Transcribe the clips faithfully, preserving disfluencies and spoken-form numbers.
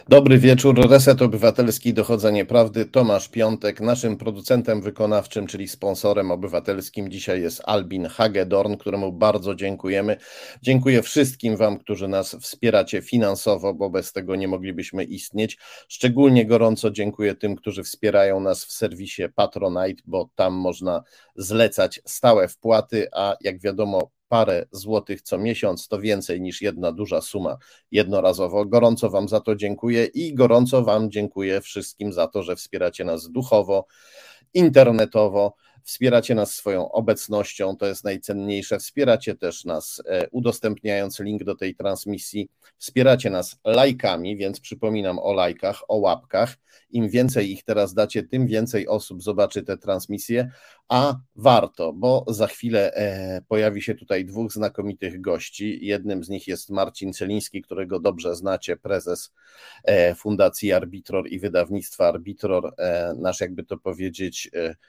Dobry wieczór, Reset Obywatelski, Dochodzenie Prawdy, Tomasz Piątek. Naszym producentem wykonawczym, czyli sponsorem obywatelskim dzisiaj jest Albin Hagedorn, któremu bardzo dziękujemy. Dziękuję wszystkim Wam, którzy nas wspieracie finansowo, bo bez tego nie moglibyśmy istnieć. Szczególnie gorąco dziękuję tym, którzy wspierają nas w serwisie Patronite, bo tam można zlecać stałe wpłaty, a jak wiadomo, parę złotych co miesiąc to więcej niż jedna duża suma jednorazowo. Gorąco Wam za to dziękuję i gorąco Wam dziękuję wszystkim za to, że wspieracie nas duchowo, internetowo, wspieracie nas swoją obecnością, to jest najcenniejsze. Wspieracie też nas udostępniając link do tej transmisji, wspieracie nas lajkami, więc przypominam o lajkach, o łapkach. Im więcej ich teraz dacie, tym więcej osób zobaczy te transmisje, a warto, bo za chwilę pojawi się tutaj dwóch znakomitych gości. Jednym z nich jest Marcin Celiński, którego dobrze znacie, prezes Fundacji Arbitror i wydawnictwa Arbitror, nasz, jakby to powiedzieć,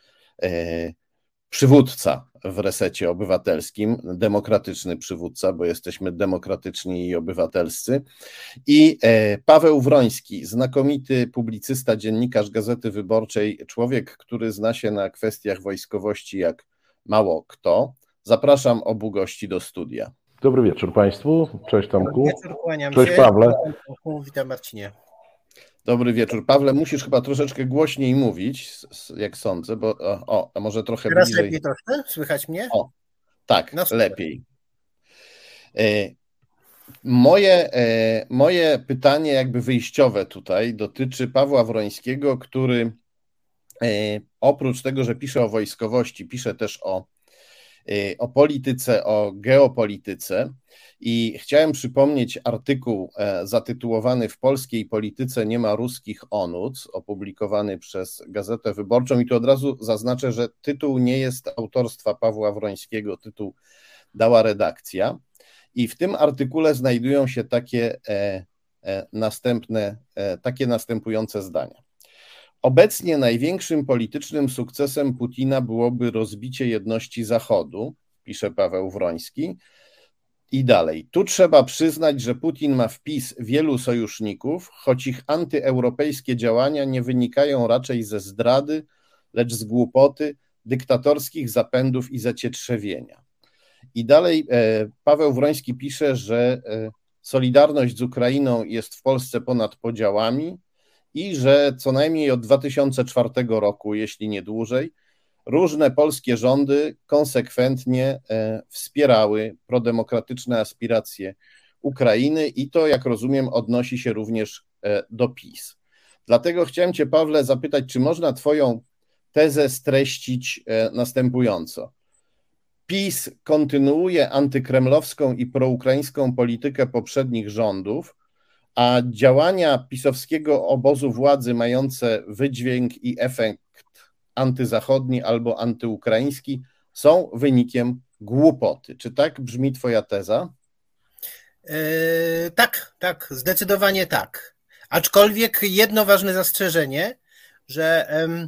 przywódca w Resecie Obywatelskim, demokratyczny przywódca, bo jesteśmy demokratyczni i obywatelscy. I Paweł Wroński, znakomity publicysta, dziennikarz Gazety Wyborczej, człowiek, który zna się na kwestiach wojskowości jak mało kto. Zapraszam obu gości do studia. Dobry wieczór Państwu. Cześć Tomku. Dobry wieczór, kłaniam Cześć się. Pawle. Witam Marcinie. Dobry wieczór. Pawle, musisz chyba troszeczkę głośniej mówić, jak sądzę, bo o, a może trochę Teraz bliżej. lepiej troszkę? Słychać mnie? O, tak, No, lepiej. E, moje, e, moje pytanie jakby wyjściowe tutaj dotyczy Pawła Wrońskiego, który e, oprócz tego, że pisze o wojskowości, pisze też o, e, o polityce, o geopolityce. I chciałem przypomnieć artykuł zatytułowany "W polskiej polityce nie ma ruskich onuc", opublikowany przez Gazetę Wyborczą. I tu od razu zaznaczę, że tytuł nie jest autorstwa Pawła Wrońskiego, tytuł dała redakcja. I w tym artykule znajdują się takie następne, takie następujące zdania. Obecnie największym politycznym sukcesem Putina byłoby rozbicie jedności Zachodu, pisze Paweł Wroński. I dalej. Tu trzeba przyznać, że Putin ma w PiS wielu sojuszników, choć ich antyeuropejskie działania nie wynikają raczej ze zdrady, lecz z głupoty, dyktatorskich zapędów i zacietrzewienia. I dalej Paweł Wroński pisze, że solidarność z Ukrainą jest w Polsce ponad podziałami i że co najmniej od dwa tysiące czwartego roku, jeśli nie dłużej, różne polskie rządy konsekwentnie wspierały prodemokratyczne aspiracje Ukrainy i to, jak rozumiem, odnosi się również do PiS. Dlatego chciałem Cię, Pawle, zapytać, czy można Twoją tezę streścić następująco. PiS kontynuuje antykremlowską i proukraińską politykę poprzednich rządów, a działania pisowskiego obozu władzy mające wydźwięk i efekt antyzachodni albo antyukraiński są wynikiem głupoty. Czy tak brzmi Twoja teza? Yy, tak, tak, zdecydowanie tak. Aczkolwiek jedno ważne zastrzeżenie, że um,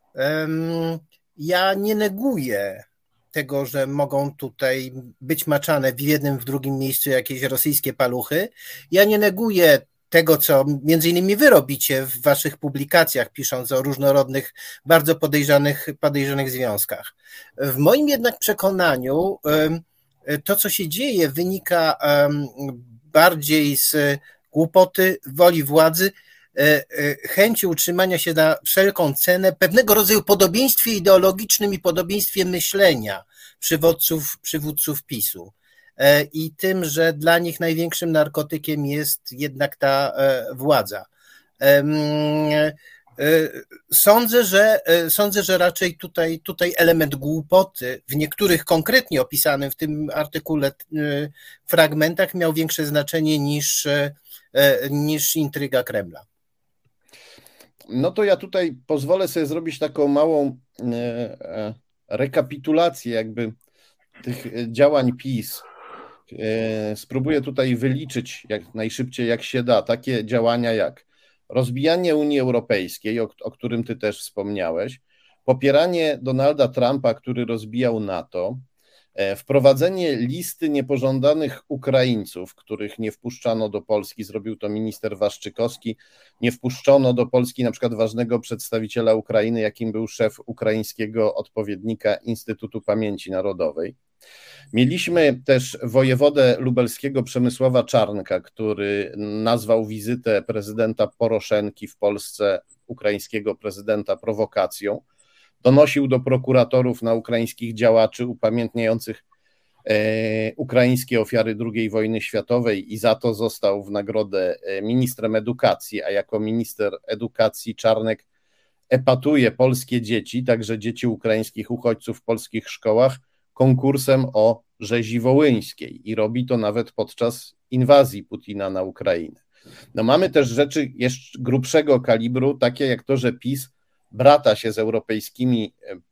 um, ja nie neguję tego, że mogą tutaj być maczane w jednym, w drugim miejscu jakieś rosyjskie paluchy. Ja nie neguję tego, co między innymi wy robicie w waszych publikacjach, pisząc o różnorodnych, bardzo podejrzanych, podejrzanych związkach. W moim jednak przekonaniu to, co się dzieje, wynika bardziej z głupoty, woli władzy, chęci utrzymania się na wszelką cenę, pewnego rodzaju podobieństwie ideologicznym i podobieństwie myślenia przywódców, przywódców PiSu. I tym, że dla nich największym narkotykiem jest jednak ta władza. Sądzę, że, sądzę, że raczej tutaj, tutaj element głupoty w niektórych konkretnie opisanym w tym artykule fragmentach miał większe znaczenie niż, niż intryga Kremla. No to ja tutaj pozwolę sobie zrobić taką małą rekapitulację jakby tych działań PiS. Spróbuję tutaj wyliczyć jak najszybciej jak się da takie działania jak rozbijanie Unii Europejskiej, o, o którym ty też wspomniałeś, popieranie Donalda Trumpa, który rozbijał NATO, Wprowadzenie listy niepożądanych Ukraińców, których nie wpuszczano do Polski, zrobił to minister Waszczykowski, nie wpuszczono do Polski na przykład ważnego przedstawiciela Ukrainy, jakim był szef ukraińskiego odpowiednika Instytutu Pamięci Narodowej. Mieliśmy też wojewodę lubelskiego Przemysława Czarnka, który nazwał wizytę prezydenta Poroszenki w Polsce, ukraińskiego prezydenta, prowokacją. Donosił do prokuratorów na ukraińskich działaczy upamiętniających e, ukraińskie ofiary drugiej wojny światowej i za to został w nagrodę ministrem edukacji, a jako minister edukacji Czarnek epatuje polskie dzieci, także dzieci ukraińskich uchodźców w polskich szkołach, konkursem o rzezi wołyńskiej i robi to nawet podczas inwazji Putina na Ukrainę. No mamy też rzeczy jeszcze grubszego kalibru, takie jak to, że PiS brata się z europejskimi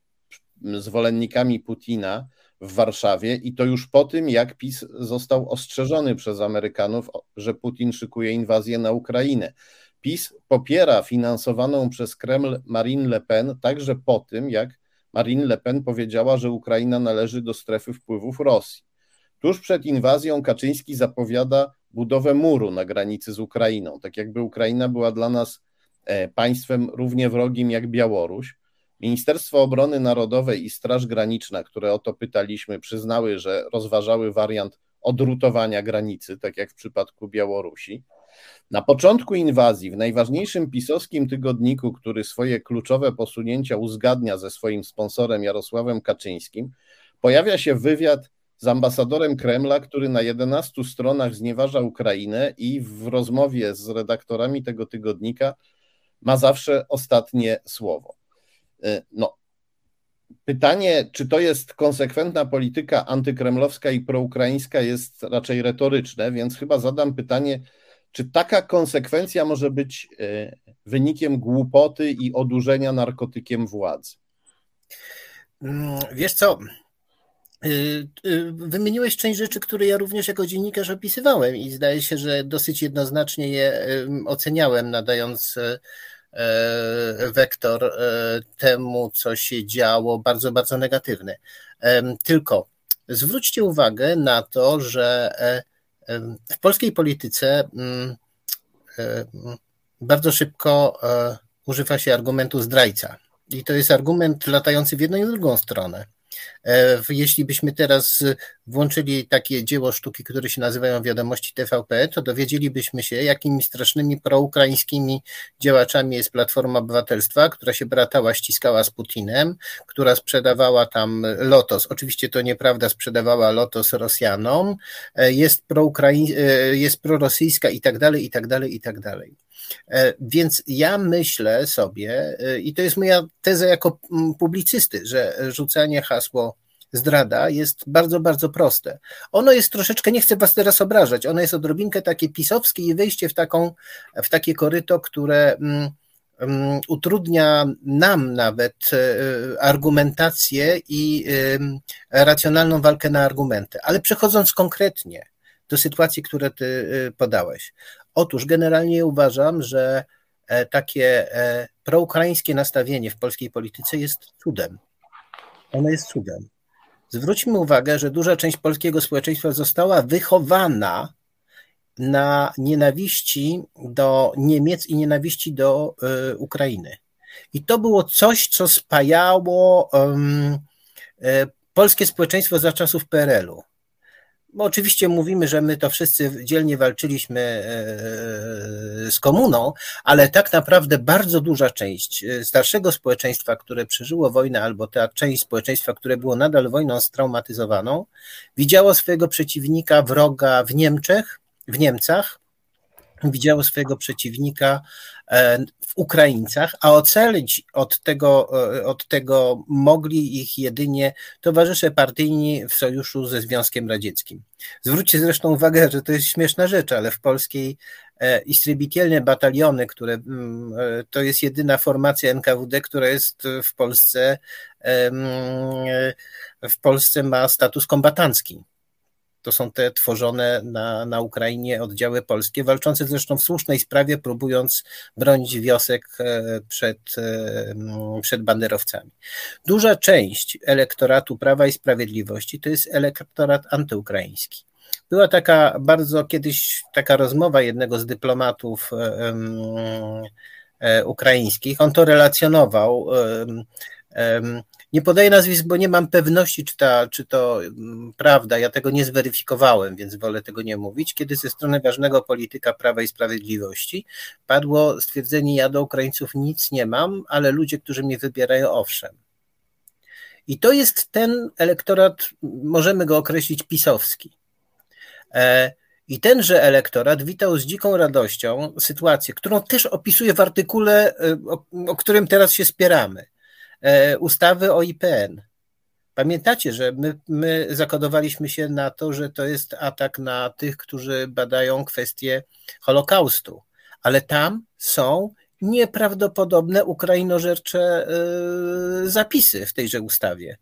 zwolennikami Putina w Warszawie i to już po tym, jak PiS został ostrzeżony przez Amerykanów, że Putin szykuje inwazję na Ukrainę. PiS popiera finansowaną przez Kreml Marine Le Pen także po tym, jak Marine Le Pen powiedziała, że Ukraina należy do strefy wpływów Rosji. Tuż przed inwazją Kaczyński zapowiada budowę muru na granicy z Ukrainą, tak jakby Ukraina była dla nas państwem równie wrogim jak Białoruś. Ministerstwo Obrony Narodowej i Straż Graniczna, które o to pytaliśmy, przyznały, że rozważały wariant odrutowania granicy, tak jak w przypadku Białorusi. Na początku inwazji, w najważniejszym pisowskim tygodniku, który swoje kluczowe posunięcia uzgadnia ze swoim sponsorem Jarosławem Kaczyńskim, pojawia się wywiad z ambasadorem Kremla, który na jedenastu stronach znieważa Ukrainę i w rozmowie z redaktorami tego tygodnika ma zawsze ostatnie słowo. No, pytanie, czy to jest konsekwentna polityka antykremlowska i proukraińska, jest raczej retoryczne, więc chyba zadam pytanie, czy taka konsekwencja może być wynikiem głupoty i odurzenia narkotykiem władzy? Wiesz co, wymieniłeś część rzeczy, które ja również jako dziennikarz opisywałem i zdaje się, że dosyć jednoznacznie je oceniałem, nadając wektor temu, co się działo, bardzo, bardzo negatywny. Tylko zwróćcie uwagę na to, że w polskiej polityce bardzo szybko używa się argumentu zdrajca. I to jest argument latający w jedną i w drugą stronę. Jeśli byśmy teraz włączyli takie dzieło sztuki, które się nazywają Wiadomości T V P, to dowiedzielibyśmy się, jakimi strasznymi proukraińskimi działaczami jest Platforma Obywatelstwa, która się bratała, ściskała z Putinem, która sprzedawała tam Lotos. Oczywiście to nieprawda, sprzedawała Lotos Rosjanom, jest proukrain... jest prorosyjska i tak dalej, i tak dalej, i tak dalej. Więc ja myślę sobie, i to jest moja teza jako publicysty, że rzucanie hasło zdrada jest bardzo, bardzo proste. Ono jest troszeczkę, nie chcę was teraz obrażać, ono jest odrobinkę takie pisowskie i wejście w, taką, w takie koryto, które um, um, utrudnia nam nawet um, argumentację i um, racjonalną walkę na argumenty. Ale przechodząc konkretnie do sytuacji, które ty podałeś. Otóż generalnie uważam, że takie proukraińskie nastawienie w polskiej polityce jest cudem. Ono jest cudem. Zwróćmy uwagę, że duża część polskiego społeczeństwa została wychowana na nienawiści do Niemiec i nienawiści do Ukrainy. I to było coś, co spajało um, polskie społeczeństwo za czasów P R L u. Bo oczywiście mówimy, że my to wszyscy dzielnie walczyliśmy z komuną, ale tak naprawdę bardzo duża część starszego społeczeństwa, które przeżyło wojnę, albo ta część społeczeństwa, które było nadal wojną straumatyzowaną, widziało swojego przeciwnika, wroga w Niemczech, w Niemcach, widziało swojego przeciwnika w Ukraińcach, a ocalić od tego, od tego mogli ich jedynie towarzysze partyjni w sojuszu ze Związkiem Radzieckim. Zwróćcie zresztą uwagę, że to jest śmieszna rzecz, ale w polskiej istrybitielne bataliony, które to jest jedyna formacja N K W D, która jest w Polsce, w Polsce ma status kombatancki. To są te tworzone na, na Ukrainie oddziały polskie, walczące zresztą w słusznej sprawie, próbując bronić wiosek przed, przed banderowcami. Duża część elektoratu Prawa i Sprawiedliwości to jest elektorat antyukraiński. Była taka bardzo kiedyś taka rozmowa jednego z dyplomatów um, um, ukraińskich. On to relacjonował. Um, um, nie podaję nazwisk, bo nie mam pewności, czy, ta, czy to um, prawda. Ja tego nie zweryfikowałem, więc wolę tego nie mówić. Kiedy ze strony ważnego polityka Prawa i Sprawiedliwości padło stwierdzenie: ja do Ukraińców nic nie mam, ale ludzie, którzy mnie wybierają, owszem. I to jest ten elektorat, możemy go określić pisowski. I tenże elektorat witał z dziką radością sytuację, którą też opisuję w artykule, o, o którym teraz się spieramy, ustawy o I P N. Pamiętacie, że my, my zakodowaliśmy się na to, że to jest atak na tych, którzy badają kwestie Holokaustu, ale tam są nieprawdopodobne ukrainożercze zapisy w tejże ustawie.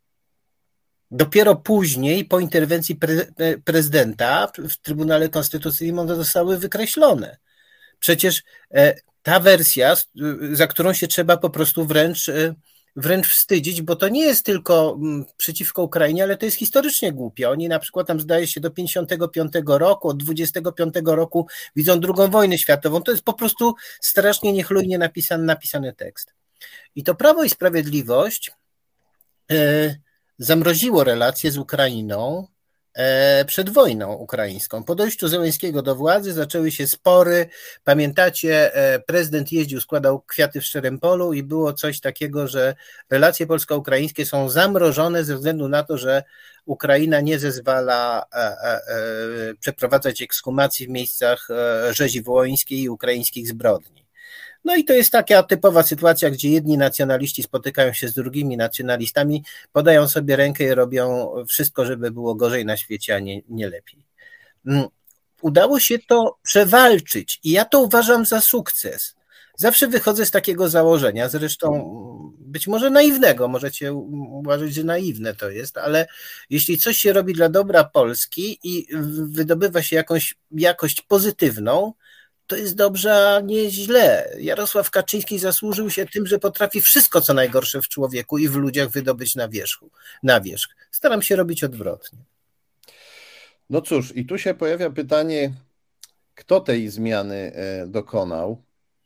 Dopiero później, po interwencji pre, prezydenta w Trybunale Konstytucyjnym one zostały wykreślone. Przecież ta wersja, za którą się trzeba po prostu wręcz, wręcz wstydzić, bo to nie jest tylko przeciwko Ukrainie, ale to jest historycznie głupie. Oni na przykład tam, zdaje się, do pięćdziesiątego piątego roku, od dwudziestego piątego roku widzą drugą wojnę światową. To jest po prostu strasznie niechlujnie napisany, napisany tekst. I to Prawo i Sprawiedliwość yy, zamroziło relacje z Ukrainą przed wojną ukraińską. Po dojściu Zełenskiego do władzy zaczęły się spory. Pamiętacie, prezydent jeździł, składał kwiaty w Szczerym Polu i było coś takiego, że relacje polsko-ukraińskie są zamrożone ze względu na to, że Ukraina nie zezwala przeprowadzać ekshumacji w miejscach rzezi wołyńskiej i ukraińskich zbrodni. No i to jest taka typowa sytuacja, gdzie jedni nacjonaliści spotykają się z drugimi nacjonalistami, podają sobie rękę i robią wszystko, żeby było gorzej na świecie, a nie, nie lepiej. Udało się to przewalczyć i ja to uważam za sukces. Zawsze wychodzę z takiego założenia, zresztą być może naiwnego, możecie uważać, że naiwne to jest, ale jeśli coś się robi dla dobra Polski i wydobywa się jakąś jakość pozytywną, to jest dobrze, a nie źle. Jarosław Kaczyński zasłużył się tym, że potrafi wszystko, co najgorsze w człowieku i w ludziach wydobyć na wierzchu, na wierzch. Staram się robić odwrotnie. No cóż, i tu się pojawia pytanie, kto tej zmiany dokonał?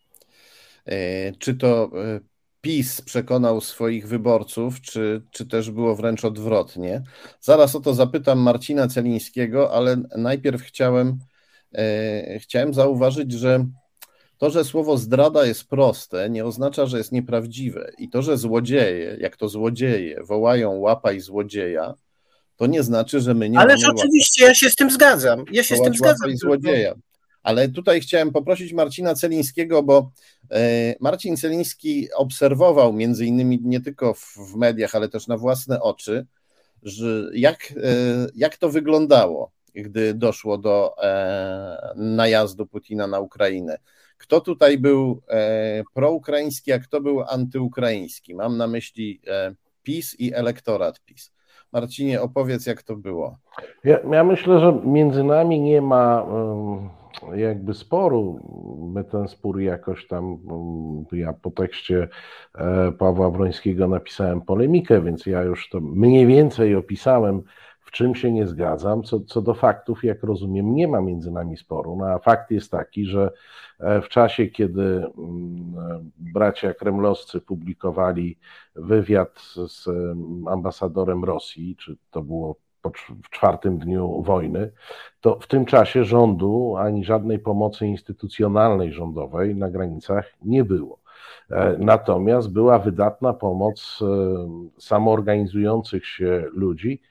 Czy to PiS przekonał swoich wyborców, czy, czy też było wręcz odwrotnie? Zaraz o to zapytam Marcina Celińskiego, ale najpierw chciałem Chciałem zauważyć, że to, że słowo zdrada jest proste, nie oznacza, że jest nieprawdziwe. I to, że złodzieje, jak to złodzieje, wołają łapaj złodzieja, to nie znaczy, że my nie Ależ oczywiście, ja się z tym zgadzam. Ja się z tym zgadzam. Łapaj złodzieja. Ale tutaj chciałem poprosić Marcina Celińskiego, bo Marcin Celiński obserwował między innymi nie tylko w mediach, ale też na własne oczy, że jak, jak to wyglądało, gdy doszło do e, najazdu Putina na Ukrainę. Kto tutaj był e, proukraiński, a kto był antyukraiński? Mam na myśli e, PiS i elektorat PiS. Marcinie, opowiedz, jak to było. Ja, ja myślę, że między nami nie ma um, jakby sporu. My ten spór jakoś tam, um, ja po tekście e, Pawła Wrońskiego napisałem polemikę, więc ja już to mniej więcej opisałem, w czym się nie zgadzam. Co, co do faktów, jak rozumiem, nie ma między nami sporu. No a fakt jest taki, że w czasie, kiedy bracia kremlowscy publikowali wywiad z ambasadorem Rosji, czy to było w czwartym dniu wojny, to w tym czasie rządu ani żadnej pomocy instytucjonalnej rządowej na granicach nie było. Natomiast była wydatna pomoc samoorganizujących się ludzi,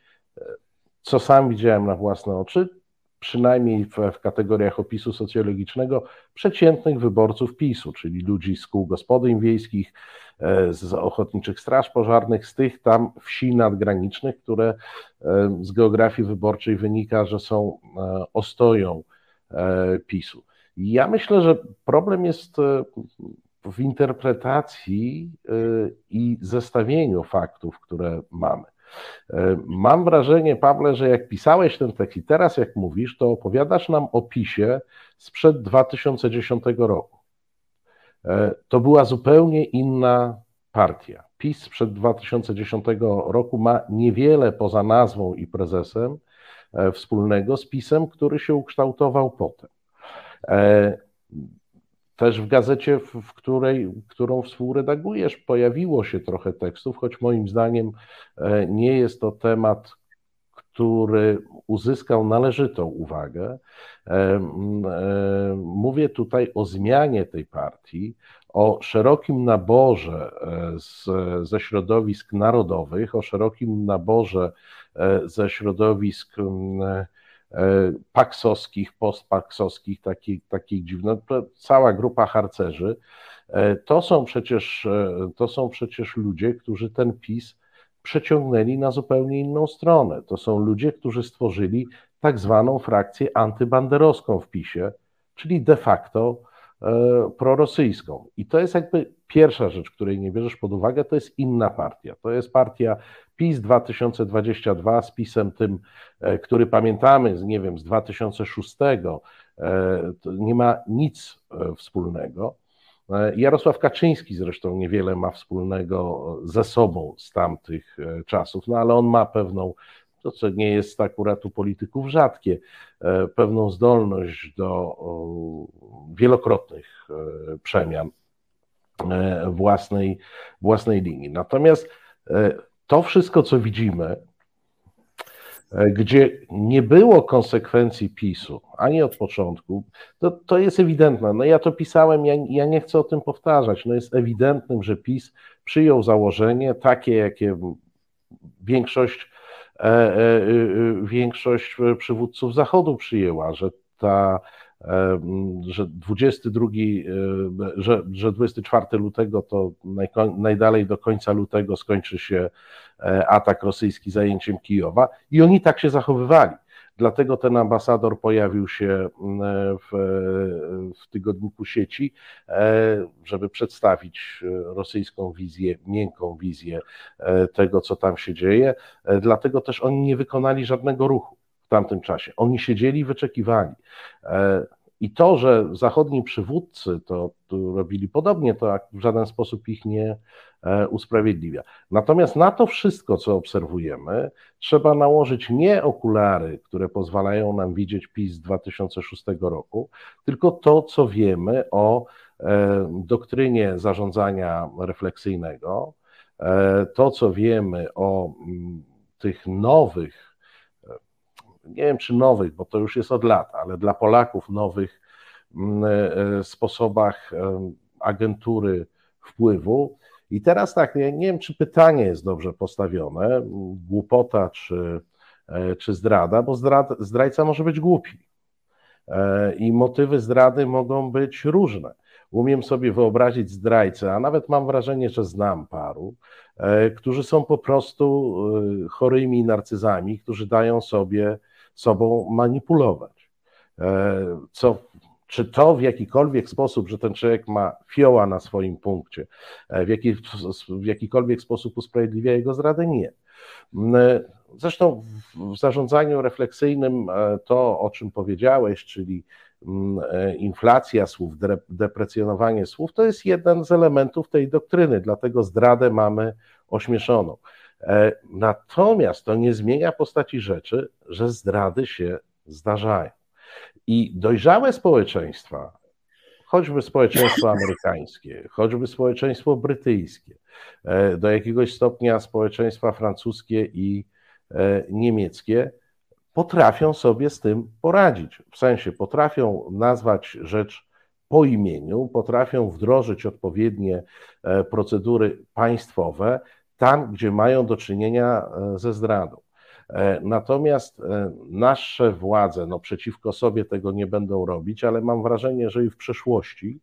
co sam widziałem na własne oczy, przynajmniej w, w kategoriach opisu socjologicznego, przeciętnych wyborców PiSu, czyli ludzi z kół gospodyń wiejskich, z ochotniczych straż pożarnych, z tych tam wsi nadgranicznych, które z geografii wyborczej wynika, że są ostoją PiSu. Ja myślę, że problem jest w interpretacji i zestawieniu faktów, które mamy. Mam wrażenie, Pawle, że jak pisałeś ten tekst i teraz jak mówisz, to opowiadasz nam o PiSie sprzed dwa tysiące dziesiątego roku. To była zupełnie inna partia. PiS sprzed dwa tysiące dziesiątego roku ma niewiele poza nazwą i prezesem wspólnego z PiSem, który się ukształtował potem. Też w gazecie, w której, którą współredagujesz, pojawiło się trochę tekstów, choć moim zdaniem nie jest to temat, który uzyskał należytą uwagę. Mówię tutaj o zmianie tej partii, o szerokim naborze z, ze środowisk narodowych, o szerokim naborze ze środowisk paksowskich, postpaksowskich, takich, takich dziwnych, cała grupa harcerzy. To są przecież, to są przecież ludzie, którzy ten PiS przeciągnęli na zupełnie inną stronę. To są ludzie, którzy stworzyli tak zwaną frakcję antybanderowską w PiSie, czyli de facto e, prorosyjską. I to jest jakby pierwsza rzecz, której nie bierzesz pod uwagę, to jest inna partia. To jest partia PiS dwa tysiące dwadzieścia dwa z PiSem tym, e, który pamiętamy, z, nie wiem, z dwa tysiące szóstego, e, to nie ma nic e, wspólnego. Jarosław Kaczyński zresztą niewiele ma wspólnego ze sobą z tamtych czasów, no ale on ma pewną, to co nie jest akurat u polityków rzadkie, pewną zdolność do wielokrotnych przemian własnej, własnej linii. Natomiast to wszystko, co widzimy, gdzie nie było konsekwencji PiSu, ani od początku, to, to jest ewidentne. No ja to pisałem, ja, ja nie chcę o tym powtarzać. No jest ewidentnym, że PiS przyjął założenie takie, jakie większość, e, e, większość przywódców Zachodu przyjęła, że ta że dwudziestego drugiego, że, że dwudziestego czwartego lutego to najdalej do końca lutego skończy się atak rosyjski zajęciem Kijowa i oni tak się zachowywali. Dlatego ten ambasador pojawił się w, w tygodniku Sieci, żeby przedstawić rosyjską wizję, miękką wizję tego, co tam się dzieje. Dlatego też oni nie wykonali żadnego ruchu w tamtym czasie. Oni siedzieli i wyczekiwali. I to, że zachodni przywódcy to robili podobnie, to w żaden sposób ich nie usprawiedliwia. Natomiast na to wszystko, co obserwujemy, trzeba nałożyć nie okulary, które pozwalają nam widzieć PiS z dwa tysiące szóstego roku, tylko to, co wiemy o doktrynie zarządzania refleksyjnego, to, co wiemy o tych nowych, nie wiem czy nowych, bo to już jest od lat, ale dla Polaków nowych sposobach agentury wpływu. I teraz tak, nie, nie wiem czy pytanie jest dobrze postawione, głupota czy, czy zdrada, bo zdrad, zdrajca może być głupi i motywy zdrady mogą być różne. Umiem sobie wyobrazić zdrajcę, a nawet mam wrażenie, że znam paru, którzy są po prostu chorymi narcyzami, którzy dają sobie sobą manipulować. Co, czy to w jakikolwiek sposób, że ten człowiek ma fioła na swoim punkcie, w, jaki, w jakikolwiek sposób usprawiedliwia jego zdradę? Nie. Zresztą w zarządzaniu refleksyjnym to, o czym powiedziałeś, czyli inflacja słów, deprecjonowanie słów, to jest jeden z elementów tej doktryny, dlatego zdradę mamy ośmieszoną. Natomiast to nie zmienia postaci rzeczy, że zdrady się zdarzają. I dojrzałe społeczeństwa, choćby społeczeństwo amerykańskie, choćby społeczeństwo brytyjskie, do jakiegoś stopnia społeczeństwa francuskie i niemieckie, potrafią sobie z tym poradzić. W sensie potrafią nazwać rzecz po imieniu, potrafią wdrożyć odpowiednie procedury państwowe tam, gdzie mają do czynienia ze zdradą. Natomiast nasze władze no, przeciwko sobie tego nie będą robić, ale mam wrażenie, że i w przeszłości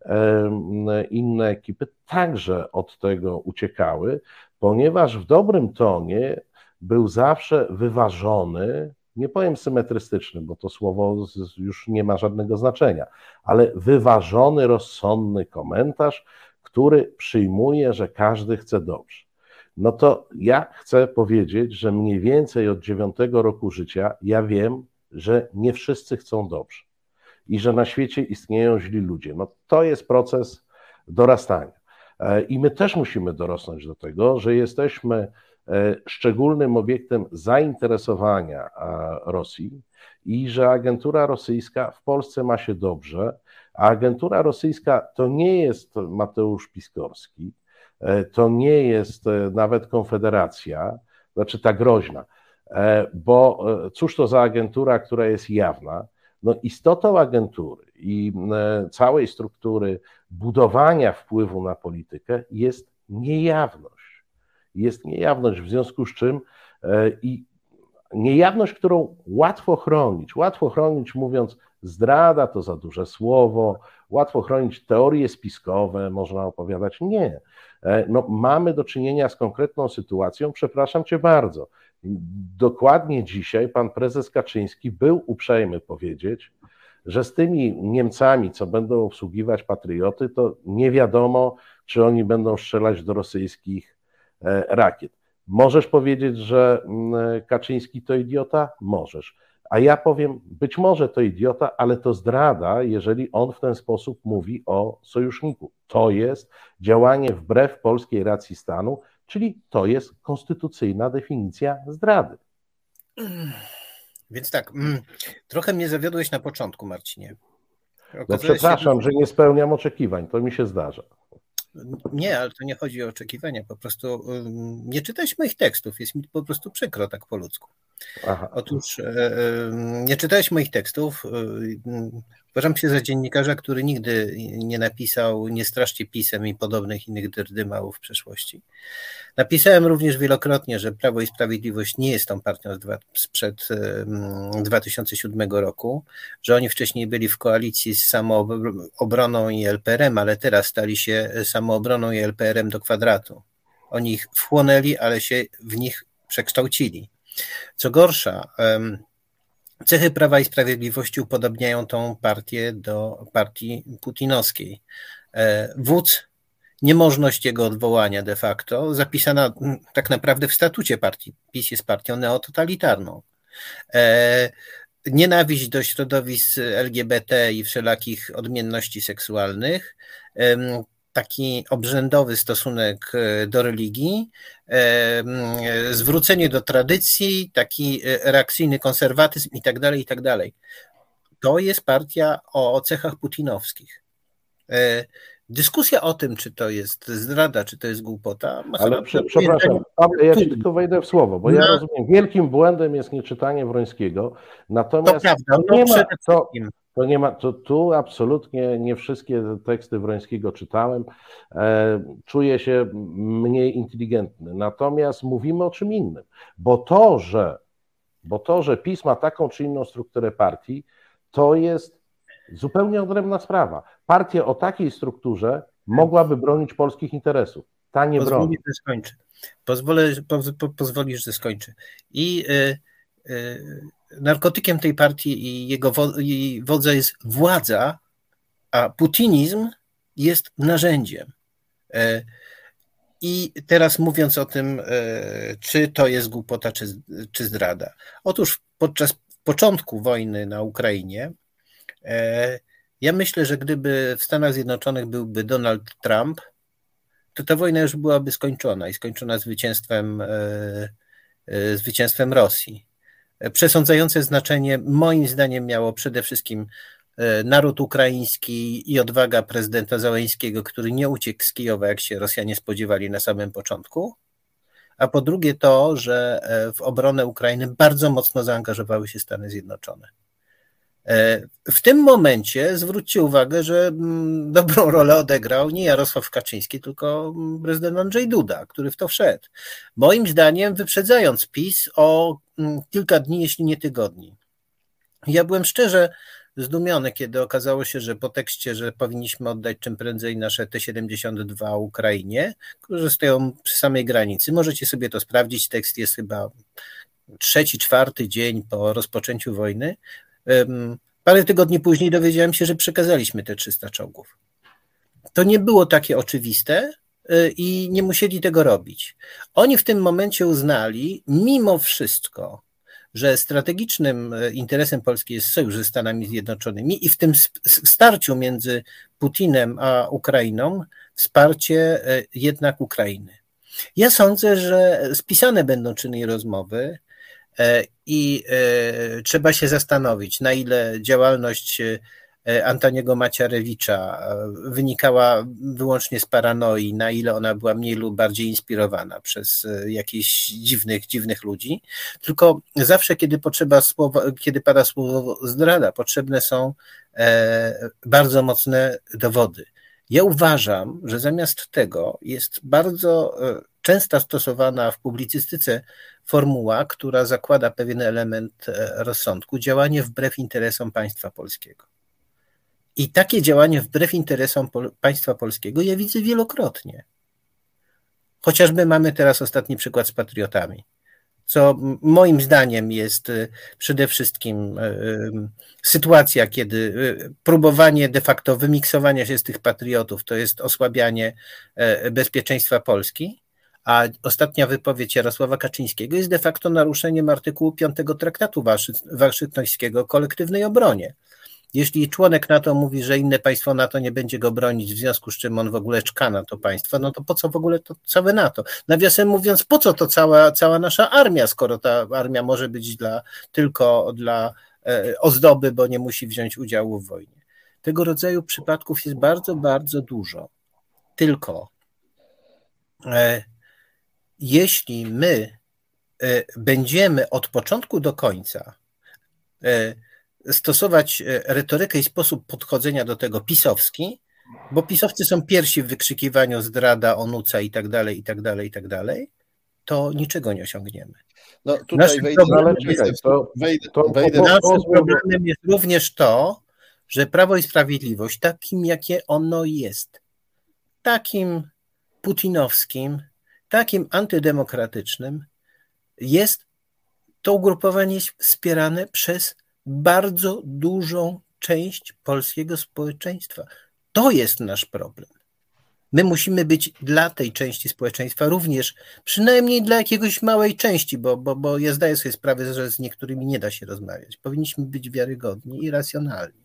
inne ekipy także od tego uciekały, ponieważ w dobrym tonie był zawsze wyważony, nie powiem symetrystyczny, bo to słowo już nie ma żadnego znaczenia, ale wyważony, rozsądny komentarz, który przyjmuje, że każdy chce dobrze. no to ja chcę powiedzieć, że mniej więcej od dziewiątego roku życia ja wiem, że nie wszyscy chcą dobrze i że na świecie istnieją źli ludzie. No to jest proces dorastania. I my też musimy dorosnąć do tego, że jesteśmy szczególnym obiektem zainteresowania Rosji i że agentura rosyjska w Polsce ma się dobrze, a agentura rosyjska to nie jest Mateusz Piskorski, to nie jest nawet Konfederacja, znaczy ta groźna, bo cóż to za agentura, która jest jawna? No istotą agentury i całej struktury budowania wpływu na politykę jest niejawność. Jest niejawność, w związku z czym i niejawność, którą łatwo chronić. Łatwo chronić, mówiąc, zdrada to za duże słowo, łatwo chronić teorie spiskowe, można opowiadać. Nie. No, mamy do czynienia z konkretną sytuacją, przepraszam cię bardzo. Dokładnie dzisiaj pan prezes Kaczyński był uprzejmy powiedzieć, że z tymi Niemcami, co będą obsługiwać patrioty, to nie wiadomo, czy oni będą strzelać do rosyjskich rakiet. Możesz powiedzieć, że Kaczyński to idiota? Możesz. A ja powiem, być może to idiota, ale to zdrada, jeżeli on w ten sposób mówi o sojuszniku. To jest działanie wbrew polskiej racji stanu, czyli to jest konstytucyjna definicja zdrady. Więc tak, trochę mnie zawiodłeś na początku, Marcinie. No przepraszam, się, że nie spełniam oczekiwań, to mi się zdarza. Nie, ale to nie chodzi o oczekiwania, po prostu nie czytałeś moich tekstów, jest mi po prostu przykro tak po ludzku. Aha. Otóż nie czytałeś moich tekstów, uważam się za dziennikarza, który nigdy nie napisał nie straszcie pisem i podobnych innych dyrdymałów w przeszłości. Napisałem również wielokrotnie, że Prawo i Sprawiedliwość nie jest tą partią sprzed dwa tysiące siódmego roku, że oni wcześniej byli w koalicji z Samoobroną i L P R em, ale teraz stali się Samoobroną i L P R em do kwadratu. Oni ich wchłonęli, ale się w nich przekształcili. Co gorsza, cechy Prawa i Sprawiedliwości upodobniają tą partię do partii putinowskiej. Wódz, niemożność jego odwołania de facto, zapisana tak naprawdę w statucie partii. PiS jest partią neototalitarną. Nienawiść do środowisk L G B T i wszelakich odmienności seksualnych, taki obrzędowy stosunek do religii, zwrócenie do tradycji, taki reakcyjny konserwatyzm i tak dalej, i tak dalej. To jest partia o cechach putinowskich. Dyskusja o tym, czy to jest zdrada, czy to jest głupota. Ale prze, przepraszam, Paweł, ja ci tylko wejdę w słowo, bo ja no. rozumiem, wielkim błędem jest nieczytanie Wrońskiego, natomiast to, prawda, to nie ma, to, to nie ma, to tu absolutnie nie wszystkie teksty Wrońskiego czytałem, e, czuję się mniej inteligentny, natomiast mówimy o czym innym, bo to, że, bo to, że PiS ma taką czy inną strukturę partii, to jest zupełnie odrębna sprawa. Partia o takiej strukturze mogłaby bronić polskich interesów. Ta nie broni. Pozwolisz, że skończę. Pozwolę, po, po, pozwolisz, że skończę. I y, y, narkotykiem tej partii i jego wo, i wodza jest władza, a putinizm jest narzędziem. Y, I teraz mówiąc o tym, y, czy to jest głupota, czy, czy zdrada. Otóż podczas początku wojny na Ukrainie ja myślę, że gdyby w Stanach Zjednoczonych byłby Donald Trump, to ta wojna już byłaby skończona i skończona zwycięstwem, zwycięstwem Rosji. Przesądzające znaczenie moim zdaniem miało przede wszystkim naród ukraiński i odwaga prezydenta Zełenskiego, który nie uciekł z Kijowa, jak się Rosjanie spodziewali na samym początku. A po drugie to, że w obronę Ukrainy bardzo mocno zaangażowały się Stany Zjednoczone. W tym momencie zwróćcie uwagę, że dobrą rolę odegrał nie Jarosław Kaczyński, tylko prezydent Andrzej Duda, który w to wszedł. Moim zdaniem wyprzedzając PiS o kilka dni, jeśli nie tygodni. Ja byłem szczerze zdumiony, kiedy okazało się, że po tekście, że powinniśmy oddać czym prędzej nasze T siedemdziesiąt dwa Ukrainie, które stoją przy samej granicy. Możecie sobie to sprawdzić, tekst jest chyba trzeci, czwarty dzień po rozpoczęciu wojny. Parę tygodni później dowiedziałem się, że przekazaliśmy te trzysta czołgów. To nie było takie oczywiste, i nie musieli tego robić. Oni w tym momencie uznali, mimo wszystko, że strategicznym interesem Polski jest sojusz ze Stanami Zjednoczonymi i w tym starciu między Putinem a Ukrainą wsparcie jednak Ukrainy. Ja sądzę, że spisane będą czyny i rozmowy i trzeba się zastanowić, na ile działalność Antoniego Macierewicza wynikała wyłącznie z paranoi, na ile ona była mniej lub bardziej inspirowana przez jakichś dziwnych, dziwnych ludzi. Tylko zawsze, kiedy potrzeba słowa, kiedy pada słowo zdrada, potrzebne są bardzo mocne dowody. Ja uważam, że zamiast tego jest bardzo często stosowana w publicystyce formuła, która zakłada pewien element rozsądku, działanie wbrew interesom państwa polskiego. I takie działanie wbrew interesom pol- państwa polskiego ja widzę wielokrotnie. Chociażby mamy teraz ostatni przykład z patriotami, co moim zdaniem jest przede wszystkim sytuacja, kiedy próbowanie de facto wymiksowania się z tych patriotów to jest osłabianie bezpieczeństwa Polski, a ostatnia wypowiedź Jarosława Kaczyńskiego jest de facto naruszeniem artykułu piątego Traktatu Waszyngtońskiego o kolektywnej obronie. Jeśli członek NATO mówi, że inne państwo NATO nie będzie go bronić, w związku z czym on w ogóle czka na to państwo, no to po co w ogóle to całe NATO? Nawiasem mówiąc, po co to cała, cała nasza armia, skoro ta armia może być dla, tylko dla e, ozdoby, bo nie musi wziąć udziału w wojnie. Tego rodzaju przypadków jest bardzo, bardzo dużo. Tylko e, jeśli my e, będziemy od początku do końca e, stosować retorykę i sposób podchodzenia do tego pisowski, bo pisowcy są pierwsi w wykrzykiwaniu zdrada, onuca i tak dalej, i tak dalej, i tak dalej, to niczego nie osiągniemy. No tutaj Naszym wejdę, problemem wejdę, jest, to, wejdę, to, wejdę. naszym problemem jest również to, że Prawo i Sprawiedliwość, takim jakie ono jest, takim putinowskim, takim antydemokratycznym, jest, to ugrupowanie jest wspierane przez bardzo dużą część polskiego społeczeństwa. To jest nasz problem. My musimy być dla tej części społeczeństwa również, przynajmniej dla jakiegoś małej części, bo, bo, bo ja zdaję sobie sprawę, że z niektórymi nie da się rozmawiać. Powinniśmy być wiarygodni i racjonalni.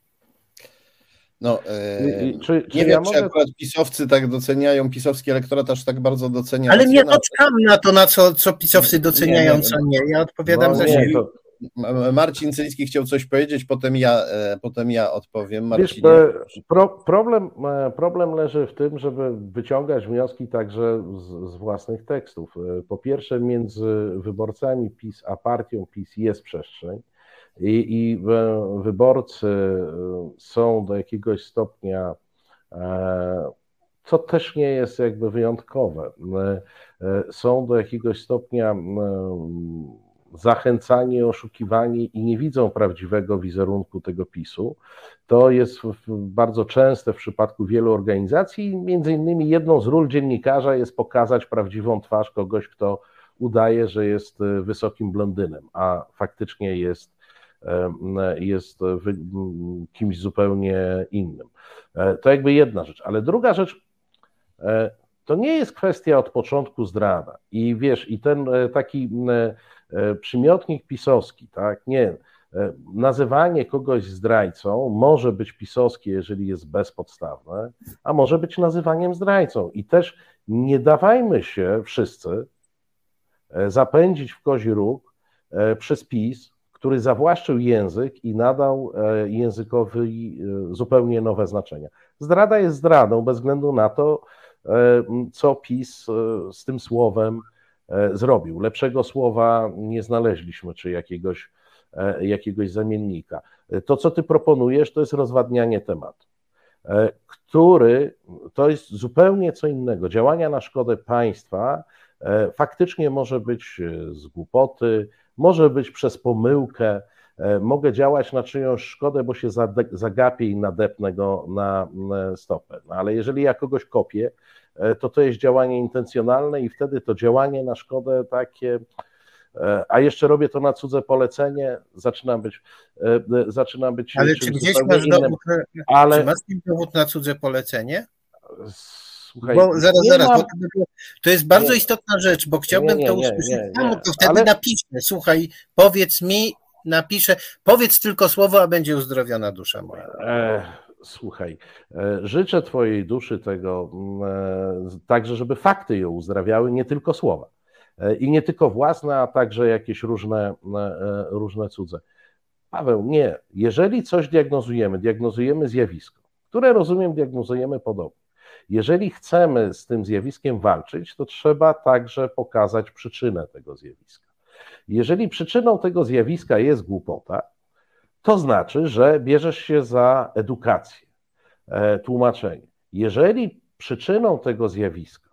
No, e, I, czy, czy nie ja wiem, mogę... czy akurat pisowcy tak doceniają, pisowski elektorat aż tak bardzo docenia. Ale nie doczkam na to, na co, co pisowcy doceniają, co nie. Ja odpowiadam no, za nie, siebie. to... Marcin Cylicki chciał coś powiedzieć, potem ja, potem ja odpowiem. Wiesz, pro, problem, problem leży w tym, żeby wyciągać wnioski także z, z własnych tekstów. Po pierwsze, między wyborcami PiS a partią PiS jest przestrzeń i, i wyborcy są do jakiegoś stopnia, co też nie jest jakby wyjątkowe, są do jakiegoś stopnia zachęcani, oszukiwani i nie widzą prawdziwego wizerunku tego PiSu. To jest bardzo częste w przypadku wielu organizacji. Między innymi jedną z ról dziennikarza jest pokazać prawdziwą twarz kogoś, kto udaje, że jest wysokim blondynem, a faktycznie jest, jest kimś zupełnie innym. To jakby jedna rzecz. Ale druga rzecz, to nie jest kwestia od początku zdrada. I wiesz, i ten taki przymiotnik pisowski, tak, nie, nazywanie kogoś zdrajcą może być pisowskie, jeżeli jest bezpodstawne, a może być nazywaniem zdrajcą. I też nie dawajmy się wszyscy zapędzić w kozi róg przez PiS, który zawłaszczył język i nadał językowi zupełnie nowe znaczenia. Zdrada jest zdradą bez względu na to, co PiS z tym słowem zrobił. Lepszego słowa nie znaleźliśmy, czy jakiegoś, jakiegoś zamiennika. To, co ty proponujesz, to jest rozwadnianie tematu, który to jest zupełnie co innego. Działania na szkodę państwa faktycznie może być z głupoty, może być przez pomyłkę, mogę działać na czyjąś szkodę, bo się zagapię i nadepnę go na stopę. No, ale jeżeli ja kogoś kopię, to to jest działanie intencjonalne i wtedy to działanie na szkodę takie, a jeszcze robię to na cudze polecenie, zaczyna być zaczyna być ale czy gdzieś masz dowód, ale... czy masz dowód na cudze polecenie? Słuchaj, bo zaraz, zaraz, mam... bo to, to jest bardzo nie, istotna rzecz, bo chciałbym nie, nie, to nie, usłyszeć. nie, Ja mu nie, to wtedy ale... napiszę. Słuchaj, powiedz mi, napiszę, powiedz tylko słowo, a będzie uzdrowiona dusza moja. E, słuchaj, e, życzę twojej duszy tego, e, także żeby fakty ją uzdrawiały, nie tylko słowa. E, I nie tylko własne, a także jakieś różne, e, różne cudze. Paweł, nie. Jeżeli coś diagnozujemy, diagnozujemy zjawisko, które, rozumiem, diagnozujemy podobnie. Jeżeli chcemy z tym zjawiskiem walczyć, to trzeba także pokazać przyczynę tego zjawiska. Jeżeli przyczyną tego zjawiska jest głupota, to znaczy, że bierzesz się za edukację, tłumaczenie. Jeżeli przyczyną tego zjawiska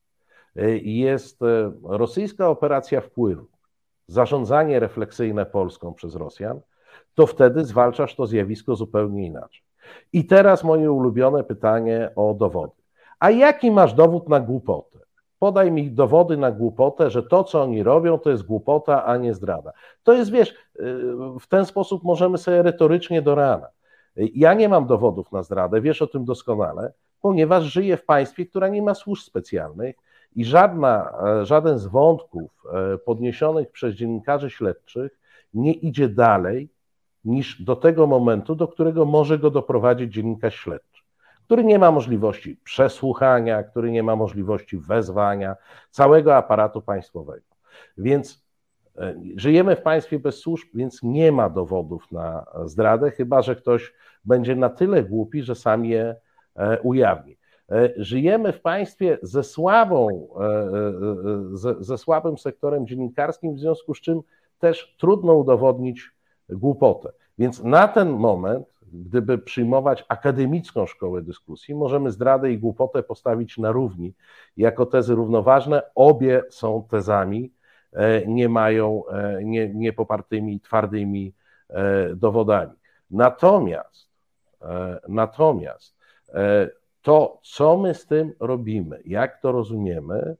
jest rosyjska operacja wpływu, zarządzanie refleksyjne Polską przez Rosjan, to wtedy zwalczasz to zjawisko zupełnie inaczej. I teraz moje ulubione pytanie o dowody. A jaki masz dowód na głupotę? Podaj mi dowody na głupotę, że to, co oni robią, to jest głupota, a nie zdrada. To jest, wiesz, w ten sposób możemy sobie retorycznie do rana. Ja nie mam dowodów na zdradę, wiesz o tym doskonale, ponieważ żyję w państwie, które nie ma służb specjalnych i żadna, żaden z wątków podniesionych przez dziennikarzy śledczych nie idzie dalej niż do tego momentu, do którego może go doprowadzić dziennikarz śledczy, który nie ma możliwości przesłuchania, który nie ma możliwości wezwania całego aparatu państwowego. Więc żyjemy w państwie bez służb, więc nie ma dowodów na zdradę, chyba że ktoś będzie na tyle głupi, że sam je ujawni. Żyjemy w państwie ze słabą, ze, ze słabym sektorem dziennikarskim, w związku z czym też trudno udowodnić głupotę. Więc na ten moment, gdyby przyjmować akademicką szkołę dyskusji, możemy zdradę i głupotę postawić na równi jako tezy równoważne. Obie są tezami, nie mają, nie, nie popartymi twardymi dowodami. Natomiast, natomiast to, co my z tym robimy, jak to rozumiemy,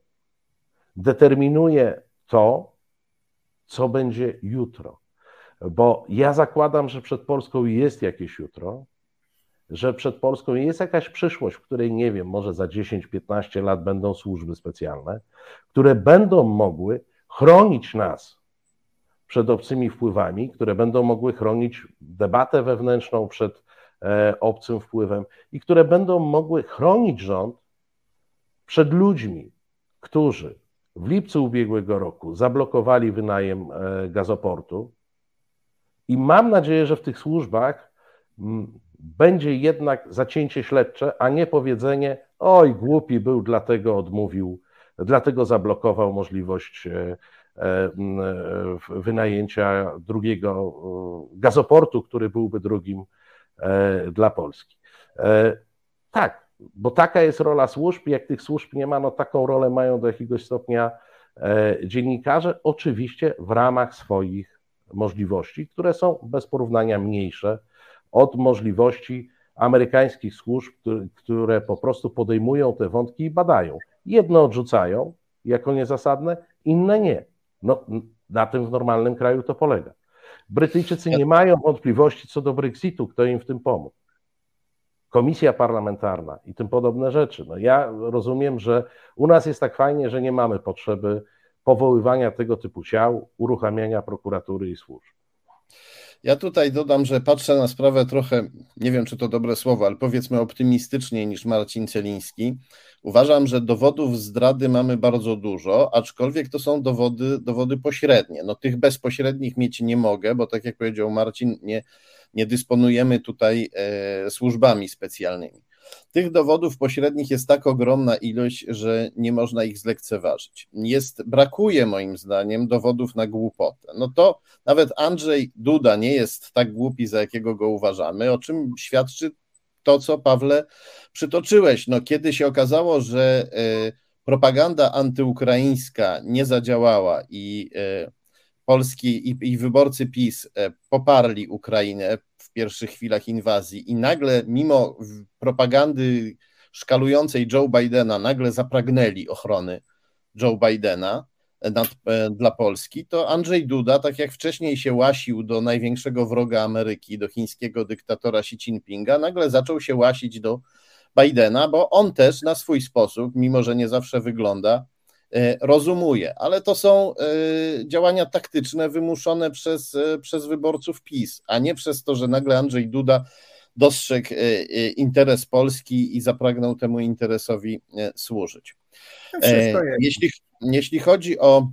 determinuje to, co będzie jutro. Bo ja zakładam, że przed Polską jest jakieś jutro, że przed Polską jest jakaś przyszłość, w której, nie wiem, może za dziesięć piętnaście lat będą służby specjalne, które będą mogły chronić nas przed obcymi wpływami, które będą mogły chronić debatę wewnętrzną przed e, obcym wpływem i które będą mogły chronić rząd przed ludźmi, którzy w lipcu ubiegłego roku zablokowali wynajem e, gazoportu. I mam nadzieję, że w tych służbach będzie jednak zacięcie śledcze, a nie powiedzenie: oj, głupi był, dlatego odmówił, dlatego zablokował możliwość wynajęcia drugiego gazoportu, który byłby drugim dla Polski. Tak, bo taka jest rola służb. Jak tych służb nie ma, no taką rolę mają do jakiegoś stopnia dziennikarze, oczywiście w ramach swoich możliwości, które są bez porównania mniejsze od możliwości amerykańskich służb, które, które po prostu podejmują te wątki i badają. Jedne odrzucają jako niezasadne, inne nie. No, na tym w normalnym kraju to polega. Brytyjczycy nie mają wątpliwości co do Brexitu, kto im w tym pomógł. Komisja parlamentarna i tym podobne rzeczy. No ja rozumiem, że u nas jest tak fajnie, że nie mamy potrzeby powoływania tego typu ciał, uruchamiania prokuratury i służb. Ja tutaj dodam, że patrzę na sprawę trochę, nie wiem czy to dobre słowo, ale powiedzmy optymistycznie niż Marcin Celiński. Uważam, że dowodów zdrady mamy bardzo dużo, aczkolwiek to są dowody, dowody pośrednie. No tych bezpośrednich mieć nie mogę, bo tak jak powiedział Marcin, nie, nie dysponujemy tutaj e, służbami specjalnymi. Tych dowodów pośrednich jest tak ogromna ilość, że nie można ich zlekceważyć. Jest, brakuje moim zdaniem dowodów na głupotę. No to nawet Andrzej Duda nie jest tak głupi, za jakiego go uważamy, o czym świadczy to, co Pawle przytoczyłeś. No, kiedy się okazało, że y, propaganda antyukraińska nie zadziałała i y, polski i, i wyborcy PiS y, poparli Ukrainę w pierwszych chwilach inwazji i nagle mimo propagandy szkalującej Joe Bidena nagle zapragnęli ochrony Joe Bidena nad, dla Polski, to Andrzej Duda, tak jak wcześniej się łasił do największego wroga Ameryki, do chińskiego dyktatora Xi Jinpinga, nagle zaczął się łasić do Bidena, bo on też na swój sposób, mimo że nie zawsze wygląda, rozumuje, ale to są działania taktyczne wymuszone przez, przez wyborców PiS, a nie przez to, że nagle Andrzej Duda dostrzegł interes Polski i zapragnął temu interesowi służyć. Jeśli, jeśli chodzi o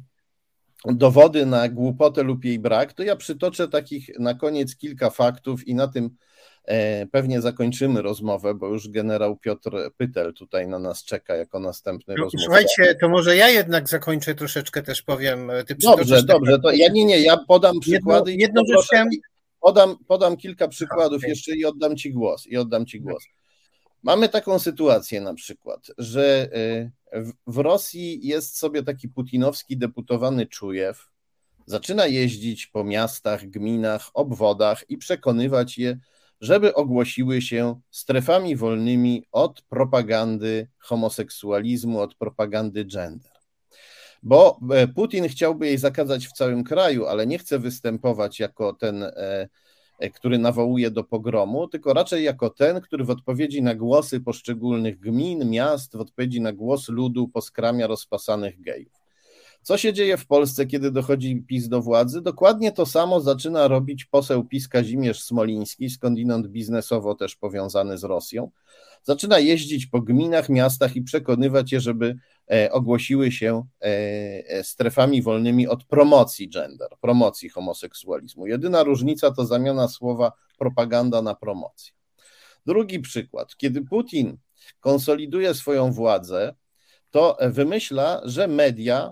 dowody na głupotę lub jej brak, to ja przytoczę takich na koniec kilka faktów i na tym pewnie zakończymy rozmowę, bo już generał Piotr Pytel tutaj na nas czeka jako następny no, rozmówca. Słuchajcie, to może ja jednak zakończę troszeczkę, też powiem. Ty dobrze, dobrze, to ja nie, nie, ja podam przykłady. Jedno, jedną rzecz chciałem... podam, podam kilka przykładów okay. jeszcze i oddam ci głos. I oddam ci głos. Mamy taką sytuację na przykład, że w Rosji jest sobie taki putinowski deputowany Czujew, zaczyna jeździć po miastach, gminach, obwodach i przekonywać je, żeby ogłosiły się strefami wolnymi od propagandy homoseksualizmu, od propagandy gender. Bo Putin chciałby jej zakazać w całym kraju, ale nie chce występować jako ten, który nawołuje do pogromu, tylko raczej jako ten, który w odpowiedzi na głosy poszczególnych gmin, miast, w odpowiedzi na głos ludu poskramia rozpasanych gejów. Co się dzieje w Polsce, kiedy dochodzi PiS do władzy? Dokładnie to samo zaczyna robić poseł PiS Kazimierz Smoliński, skądinąd biznesowo też powiązany z Rosją. Zaczyna jeździć po gminach, miastach i przekonywać je, żeby ogłosiły się strefami wolnymi od promocji gender, promocji homoseksualizmu. Jedyna różnica to zamiana słowa propaganda na promocję. Drugi przykład. Kiedy Putin konsoliduje swoją władzę, to wymyśla, że media,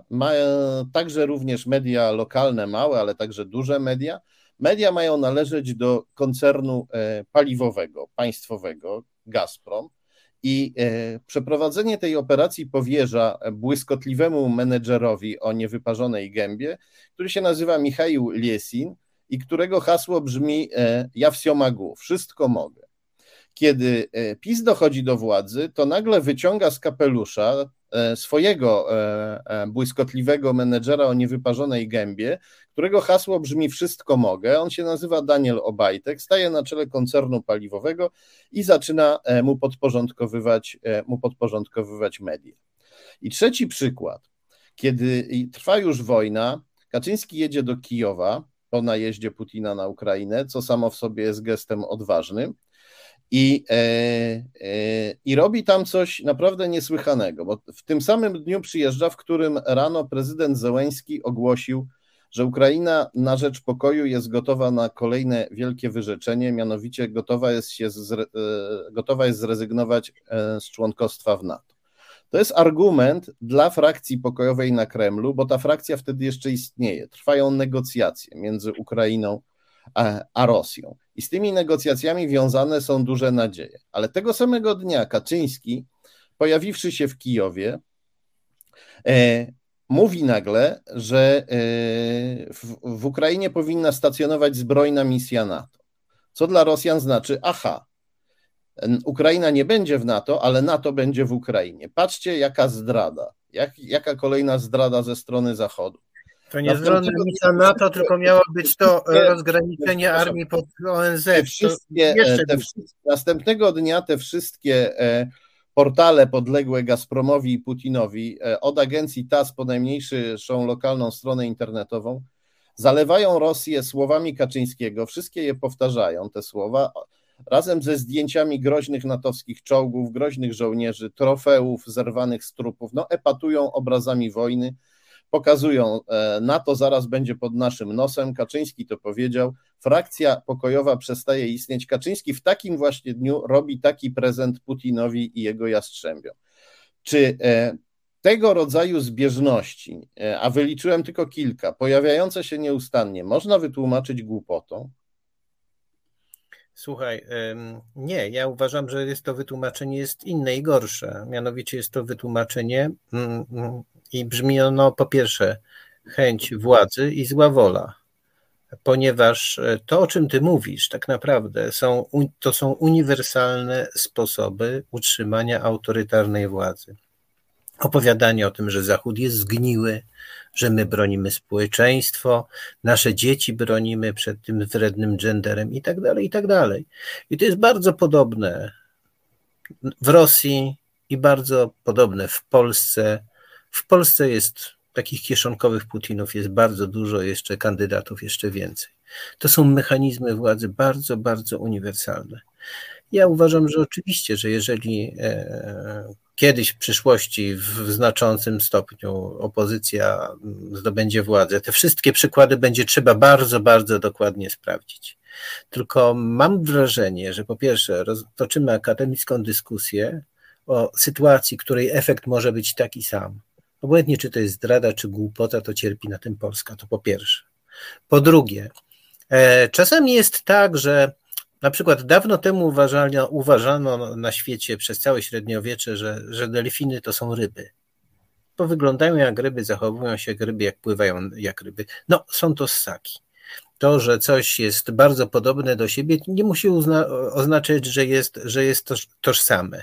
także również media lokalne, małe, ale także duże media, media mają należeć do koncernu paliwowego, państwowego, Gazprom, i przeprowadzenie tej operacji powierza błyskotliwemu menedżerowi o niewyparzonej gębie, który się nazywa Michał Liesin i którego hasło brzmi: ja wsio mogę, wszystko mogę. Kiedy PiS dochodzi do władzy, to nagle wyciąga z kapelusza swojego błyskotliwego menedżera o niewyparzonej gębie, którego hasło brzmi wszystko mogę. On się nazywa Daniel Obajtek, staje na czele koncernu paliwowego i zaczyna mu podporządkowywać, mu podporządkowywać media. I trzeci przykład. Kiedy trwa już wojna, Kaczyński jedzie do Kijowa po najeździe Putina na Ukrainę, co samo w sobie jest gestem odważnym. I, e, e, I robi tam coś naprawdę niesłychanego, bo w tym samym dniu przyjeżdża, w którym rano prezydent Zełenski ogłosił, że Ukraina na rzecz pokoju jest gotowa na kolejne wielkie wyrzeczenie, mianowicie gotowa jest, się zre, e, gotowa jest zrezygnować e, z członkostwa w NATO. To jest argument dla frakcji pokojowej na Kremlu, bo ta frakcja wtedy jeszcze istnieje. Trwają negocjacje między Ukrainą a, a Rosją. I z tymi negocjacjami wiązane są duże nadzieje. Ale tego samego dnia Kaczyński, pojawiwszy się w Kijowie, e, mówi nagle, że e, w, w Ukrainie powinna stacjonować zbrojna misja NATO. Co dla Rosjan znaczy, aha, Ukraina nie będzie w NATO, ale NATO będzie w Ukrainie. Patrzcie, jaka zdrada, jak, jaka kolejna zdrada ze strony Zachodu. To nie zbrojna misja NATO, tylko miało być to rozgraniczenie armii pod O N Z. Te wszystkie, te wszystkie, następnego dnia te wszystkie portale podległe Gazpromowi i Putinowi, od agencji T A S po najmniejszą lokalną stronę internetową, zalewają Rosję słowami Kaczyńskiego, wszystkie je powtarzają, te słowa, razem ze zdjęciami groźnych natowskich czołgów, groźnych żołnierzy, trofeów zerwanych z trupów, no epatują obrazami wojny, pokazują, NATO zaraz będzie pod naszym nosem, Kaczyński to powiedział, frakcja pokojowa przestaje istnieć. Kaczyński w takim właśnie dniu robi taki prezent Putinowi i jego jastrzębiom. Czy tego rodzaju zbieżności, a wyliczyłem tylko kilka, pojawiające się nieustannie, można wytłumaczyć głupotą? Słuchaj, nie, ja uważam, że jest to wytłumaczenie jest inne i gorsze. Mianowicie jest to wytłumaczenie i brzmi ono po pierwsze chęć władzy i zła wola, ponieważ to, o czym ty mówisz, tak naprawdę są, to są uniwersalne sposoby utrzymania autorytarnej władzy. Opowiadanie o tym, że Zachód jest zgniły, że my bronimy społeczeństwo, nasze dzieci bronimy przed tym wrednym genderem i tak dalej, i tak dalej. I to jest bardzo podobne w Rosji i bardzo podobne w Polsce. W Polsce jest takich kieszonkowych Putinów jest bardzo dużo, jeszcze kandydatów jeszcze więcej. To są mechanizmy władzy bardzo, bardzo uniwersalne. Ja uważam, że oczywiście, że jeżeli kiedyś w przyszłości w znaczącym stopniu opozycja zdobędzie władzę, te wszystkie przykłady będzie trzeba bardzo, bardzo dokładnie sprawdzić. Tylko mam wrażenie, że po pierwsze toczymy akademicką dyskusję o sytuacji, której efekt może być taki sam. Obojętnie czy to jest zdrada, czy głupota, to cierpi na tym Polska, to po pierwsze. Po drugie, czasami jest tak, że na przykład dawno temu uważano, uważano na świecie przez całe średniowiecze, że, że delfiny to są ryby. Bo wyglądają jak ryby, zachowują się jak ryby, jak pływają jak ryby. No, są to ssaki. To, że coś jest bardzo podobne do siebie, nie musi uzna- oznaczać, że jest, że jest toż, tożsame.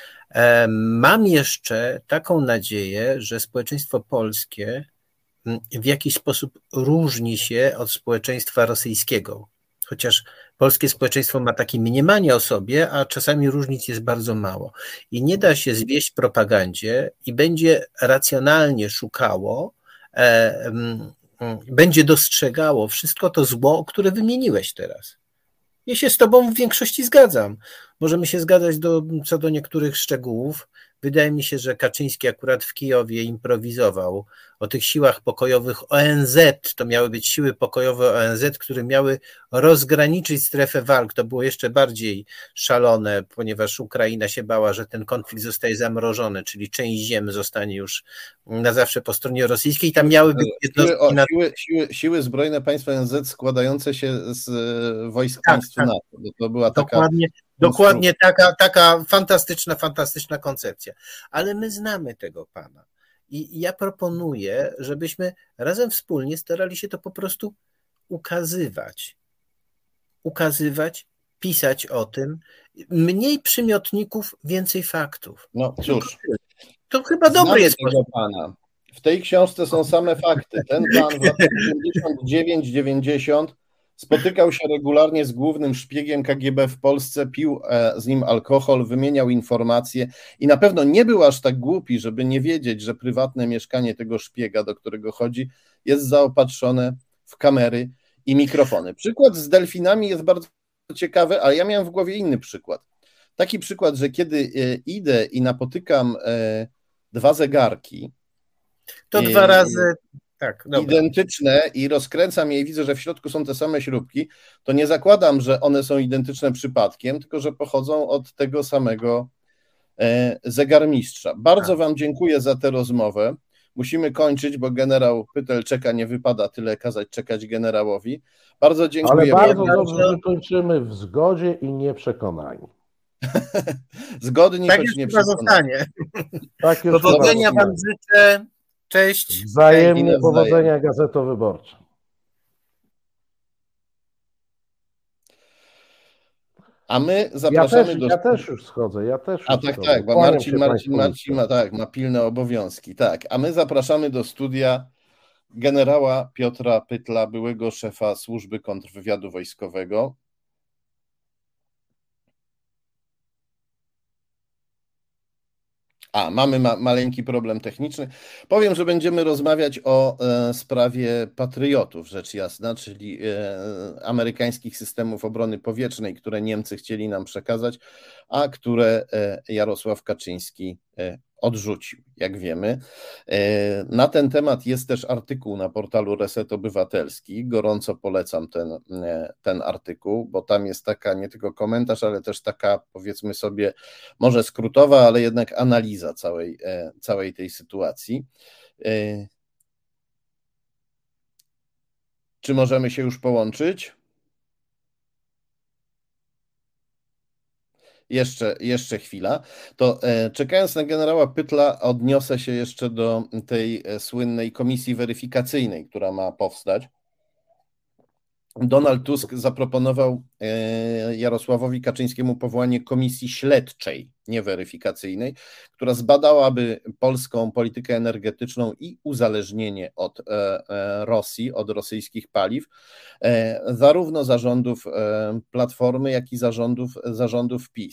Mam jeszcze taką nadzieję, że społeczeństwo polskie w jakiś sposób różni się od społeczeństwa rosyjskiego. Chociaż polskie społeczeństwo ma takie mniemanie o sobie, a czasami różnic jest bardzo mało. I nie da się zwieść propagandzie i będzie racjonalnie szukało, e, m, będzie dostrzegało wszystko to zło, które wymieniłeś teraz. Ja się z tobą w większości zgadzam. Możemy się zgadzać do, co do niektórych szczegółów. Wydaje mi się, że Kaczyński akurat w Kijowie improwizował o tych siłach pokojowych O N Z. To miały być siły pokojowe O N Z, które miały rozgraniczyć strefę walk. To było jeszcze bardziej szalone, ponieważ Ukraina się bała, że ten konflikt zostaje zamrożony, czyli część ziem zostanie już na zawsze po stronie rosyjskiej. Tam miały być jednostki... Siły, o, siły, siły, siły zbrojne państwa O N Z składające się z wojsk tak, państw tak. NATO. To była taka... Dokładnie. Dokładnie taka, taka fantastyczna, fantastyczna koncepcja. Ale my znamy tego pana. I ja proponuję, żebyśmy razem wspólnie starali się to po prostu ukazywać. Ukazywać, pisać o tym. Mniej przymiotników, więcej faktów. No cóż. To chyba dobry jest tego pana. W tej książce są same fakty. Ten pan w latach dziewięćdziesiąt dziewięć dziewięćdziesiąt spotykał się regularnie z głównym szpiegiem K G B w Polsce, pił z nim alkohol, wymieniał informacje i na pewno nie był aż tak głupi, żeby nie wiedzieć, że prywatne mieszkanie tego szpiega, do którego chodzi, jest zaopatrzone w kamery i mikrofony. Przykład z delfinami jest bardzo ciekawy, ale ja miałem w głowie inny przykład. Taki przykład, że kiedy idę i napotykam dwa zegarki, to dwa razy... Tak, identyczne i rozkręcam je i widzę, że w środku są te same śrubki, to nie zakładam, że one są identyczne przypadkiem, tylko że pochodzą od tego samego zegarmistrza. Bardzo Wam dziękuję za tę rozmowę. Musimy kończyć, bo generał Pytel czeka, nie wypada tyle kazać czekać generałowi. Bardzo dziękuję. Ale bardzo dobrze, że kończymy w zgodzie i nieprzekonani. Zgodni, tak choć nie przekonani. Tak Powodzenia Wam życzę. Cześć. Wzajemnie powodzenia Gazeto Wyborcza. A my zapraszamy ja też, do... Ja też już schodzę, ja też już A tak, schodzę. tak, bo Marcin, Marcin, Marcin ma, tak, ma pilne obowiązki. Tak, a my zapraszamy do studia generała Piotra Pytla, byłego szefa Służby Kontrwywiadu Wojskowego. A, mamy ma, maleńki problem techniczny. Powiem, że będziemy rozmawiać o e, sprawie patriotów, rzecz jasna, czyli e, amerykańskich systemów obrony powietrznej, które Niemcy chcieli nam przekazać, a które e, Jarosław Kaczyński e, odrzucił, jak wiemy. E, na ten temat jest też artykuł na portalu Reset Obywatelski. Gorąco polecam ten, e, ten artykuł, bo tam jest taka nie tylko komentarz, ale też taka, powiedzmy sobie, może skrótowa, ale jednak analiza całej, e, całej tej sytuacji. E, czy możemy się już połączyć? Jeszcze, jeszcze chwila. To e, czekając na generała Pytla, odniosę się jeszcze do tej e, słynnej komisji weryfikacyjnej, która ma powstać. Donald Tusk zaproponował e, Jarosławowi Kaczyńskiemu powołanie komisji śledczej, nie weryfikacyjnej, która zbadałaby polską politykę energetyczną i uzależnienie od e, e, Rosji, od rosyjskich paliw, e, zarówno zarządów e, Platformy, jak i zarządów, zarządów PiS.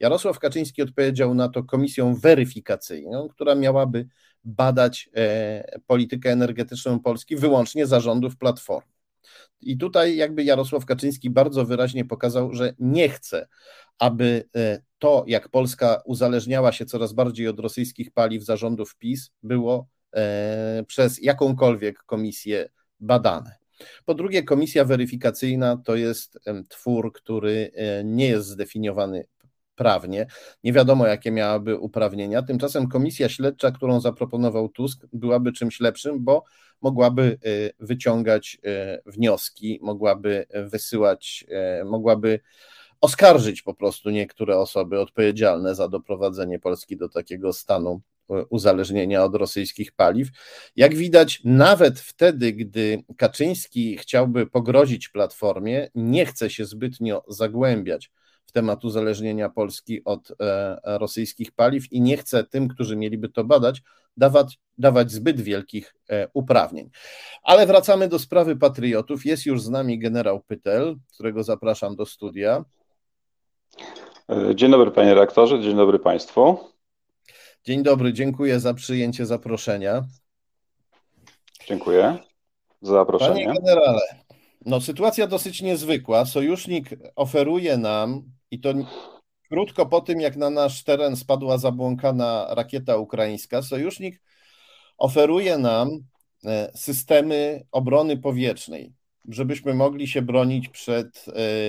Jarosław Kaczyński odpowiedział na to komisją weryfikacyjną, która miałaby badać politykę energetyczną Polski wyłącznie za rządów Platformy. I tutaj jakby Jarosław Kaczyński bardzo wyraźnie pokazał, że nie chce, aby to, jak Polska uzależniała się coraz bardziej od rosyjskich paliw za rządów PiS, było przez jakąkolwiek komisję badane. Po drugie, komisja weryfikacyjna to jest twór, który nie jest zdefiniowany prawnie. Nie wiadomo, jakie miałaby uprawnienia. Tymczasem komisja śledcza, którą zaproponował Tusk, byłaby czymś lepszym, bo mogłaby wyciągać wnioski, mogłaby wysyłać, mogłaby oskarżyć po prostu niektóre osoby odpowiedzialne za doprowadzenie Polski do takiego stanu uzależnienia od rosyjskich paliw. Jak widać, nawet wtedy, gdy Kaczyński chciałby pogrozić Platformie, nie chce się zbytnio zagłębiać w temat uzależnienia Polski od rosyjskich paliw i nie chce tym, którzy mieliby to badać, dawać, dawać zbyt wielkich uprawnień. Ale wracamy do sprawy patriotów. Jest już z nami generał Pytel, którego zapraszam do studia. Dzień dobry, panie redaktorze, dzień dobry państwu. Dzień dobry, dziękuję za przyjęcie zaproszenia. Dziękuję za zaproszenie. Panie generale, no sytuacja dosyć niezwykła. Sojusznik oferuje nam, i to krótko po tym, jak na nasz teren spadła zabłąkana rakieta ukraińska, sojusznik oferuje nam systemy obrony powietrznej, żebyśmy mogli się bronić przed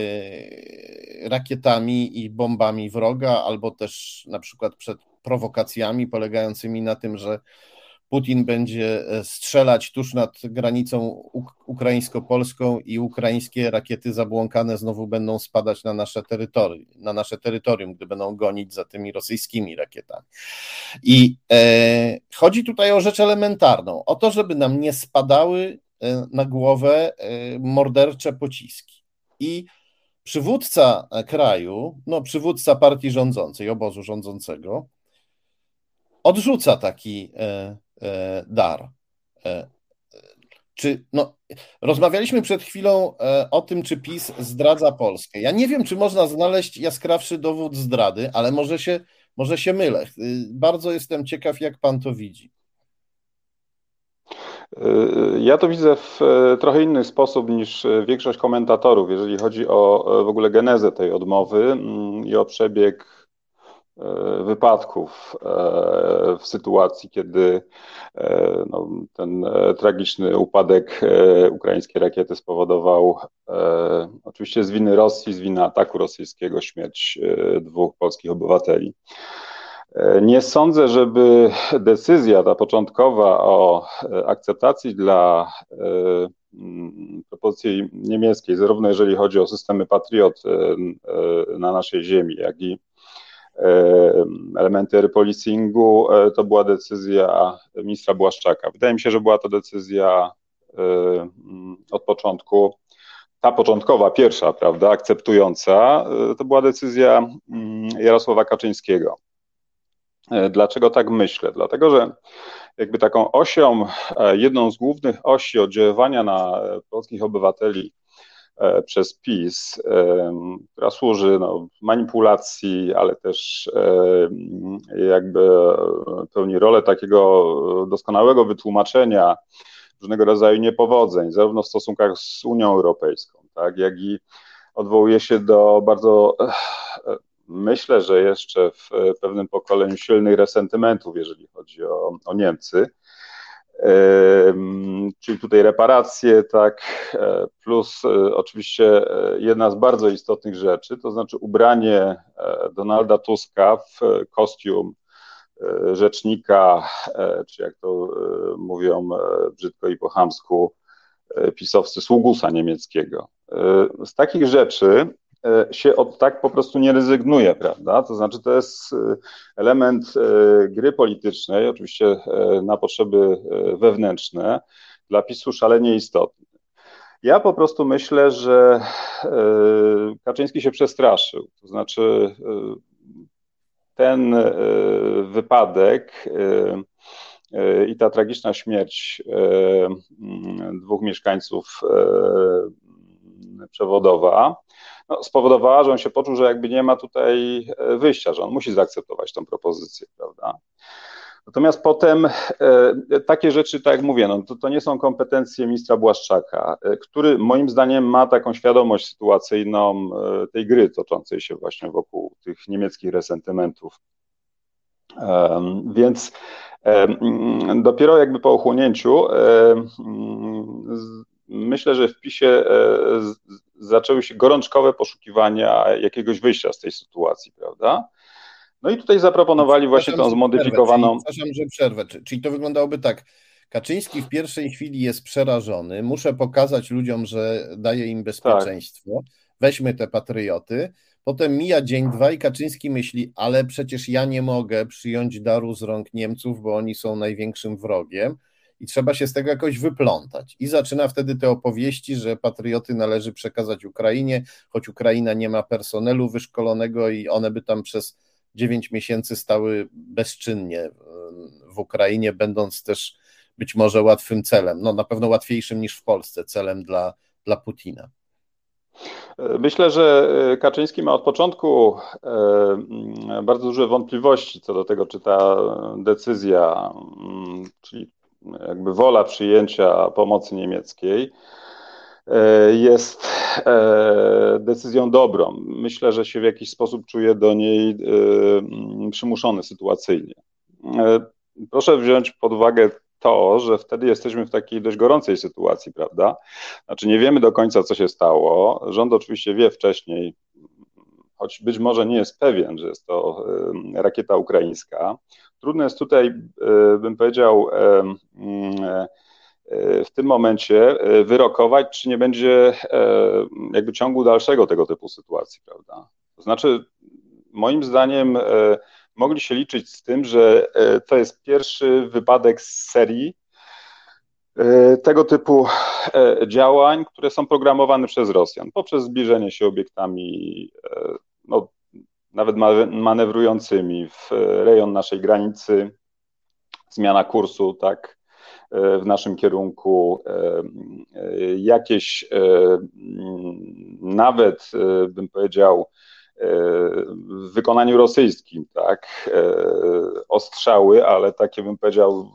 rakietami i bombami wroga, albo też na przykład przed prowokacjami polegającymi na tym, że Putin będzie strzelać tuż nad granicą ukraińsko-polską i ukraińskie rakiety zabłąkane znowu będą spadać na nasze terytorium, na nasze terytorium, gdy będą gonić za tymi rosyjskimi rakietami. I e, chodzi tutaj o rzecz elementarną, o to, żeby nam nie spadały na głowę mordercze pociski. I przywódca kraju, no przywódca partii rządzącej, obozu rządzącego, odrzuca taki e, e, dar. E, czy, no, rozmawialiśmy przed chwilą e, o tym, czy PiS zdradza Polskę. Ja nie wiem, czy można znaleźć jaskrawszy dowód zdrady, ale może się, może się mylę. Bardzo jestem ciekaw, jak pan to widzi. Ja to widzę w trochę inny sposób niż większość komentatorów, jeżeli chodzi o w ogóle genezę tej odmowy i o przebieg wypadków w sytuacji, kiedy no, ten tragiczny upadek ukraińskiej rakiety spowodował oczywiście z winy Rosji, z winy ataku rosyjskiego śmierć dwóch polskich obywateli. Nie sądzę, żeby decyzja ta początkowa o akceptacji dla propozycji niemieckiej, zarówno jeżeli chodzi o systemy Patriot na naszej ziemi, jak i elementy air policingu, to była decyzja ministra Błaszczaka. Wydaje mi się, że była to decyzja od początku, ta początkowa, pierwsza, prawda, akceptująca, to była decyzja Jarosława Kaczyńskiego. Dlaczego tak myślę? Dlatego, że jakby taką osią, jedną z głównych osi oddziaływania na polskich obywateli przez PiS, która służy no, manipulacji, ale też jakby pełni rolę takiego doskonałego wytłumaczenia różnego rodzaju niepowodzeń, zarówno w stosunkach z Unią Europejską, tak, jak i odwołuje się do bardzo, myślę, że jeszcze w pewnym pokoleniu silnych resentymentów, jeżeli chodzi o, o Niemcy. Czyli tutaj reparacje, tak, plus oczywiście jedna z bardzo istotnych rzeczy, to znaczy ubranie Donalda Tuska w kostium rzecznika, czy jak to mówią brzydko i po chamsku pisowcy, sługusa niemieckiego. Z takich rzeczy się od tak po prostu nie rezygnuje, prawda? To znaczy to jest element gry politycznej, oczywiście na potrzeby wewnętrzne, dla PiSu szalenie istotny. Ja po prostu myślę, że Kaczyński się przestraszył, to znaczy ten wypadek i ta tragiczna śmierć dwóch mieszkańców Przewodowa, no, spowodowała, że on się poczuł, że jakby nie ma tutaj wyjścia, że on musi zaakceptować tą propozycję, prawda? Natomiast potem e, takie rzeczy, tak jak mówię, no, to, to nie są kompetencje ministra Błaszczaka, e, który moim zdaniem ma taką świadomość sytuacyjną e, tej gry toczącej się właśnie wokół tych niemieckich resentymentów. E, więc e, dopiero jakby po ochłonięciu e, z, myślę, że w PiSie e, z, zaczęły się gorączkowe poszukiwania jakiegoś wyjścia z tej sytuacji, prawda? No i tutaj zaproponowali właśnie tą zmodyfikowaną... Przepraszam, że przerwę. Czyli to wyglądałoby tak, Kaczyński w pierwszej chwili jest przerażony, muszę pokazać ludziom, że daje im bezpieczeństwo, tak. Weźmy te patrioty, potem mija dzień, dwa i Kaczyński myśli, ale przecież ja nie mogę przyjąć daru z rąk Niemców, bo oni są największym wrogiem i trzeba się z tego jakoś wyplątać. I zaczyna wtedy te opowieści, że patrioty należy przekazać Ukrainie, choć Ukraina nie ma personelu wyszkolonego i one by tam przez dziewięć miesięcy stały bezczynnie w Ukrainie, będąc też być może łatwym celem, no na pewno łatwiejszym niż w Polsce, celem dla, dla Putina. Myślę, że Kaczyński ma od początku bardzo duże wątpliwości co do tego, czy ta decyzja, czyli jakby wola przyjęcia pomocy niemieckiej jest decyzją dobrą. Myślę, że się w jakiś sposób czuje do niej przymuszony sytuacyjnie. Proszę wziąć pod uwagę to, że wtedy jesteśmy w takiej dość gorącej sytuacji, prawda? Znaczy nie wiemy do końca, co się stało. Rząd oczywiście wie wcześniej, choć być może nie jest pewien, że jest to rakieta ukraińska. Trudno jest tutaj, bym powiedział, w tym momencie wyrokować, czy nie będzie jakby ciągu dalszego tego typu sytuacji, prawda? To znaczy, moim zdaniem mogli się liczyć z tym, że to jest pierwszy wypadek z serii tego typu działań, które są programowane przez Rosjan, poprzez zbliżenie się obiektami, no, nawet manewrującymi w rejon naszej granicy, zmiana kursu, tak, w naszym kierunku, jakieś nawet, bym powiedział, w wykonaniu rosyjskim, tak, ostrzały, ale takie, bym powiedział,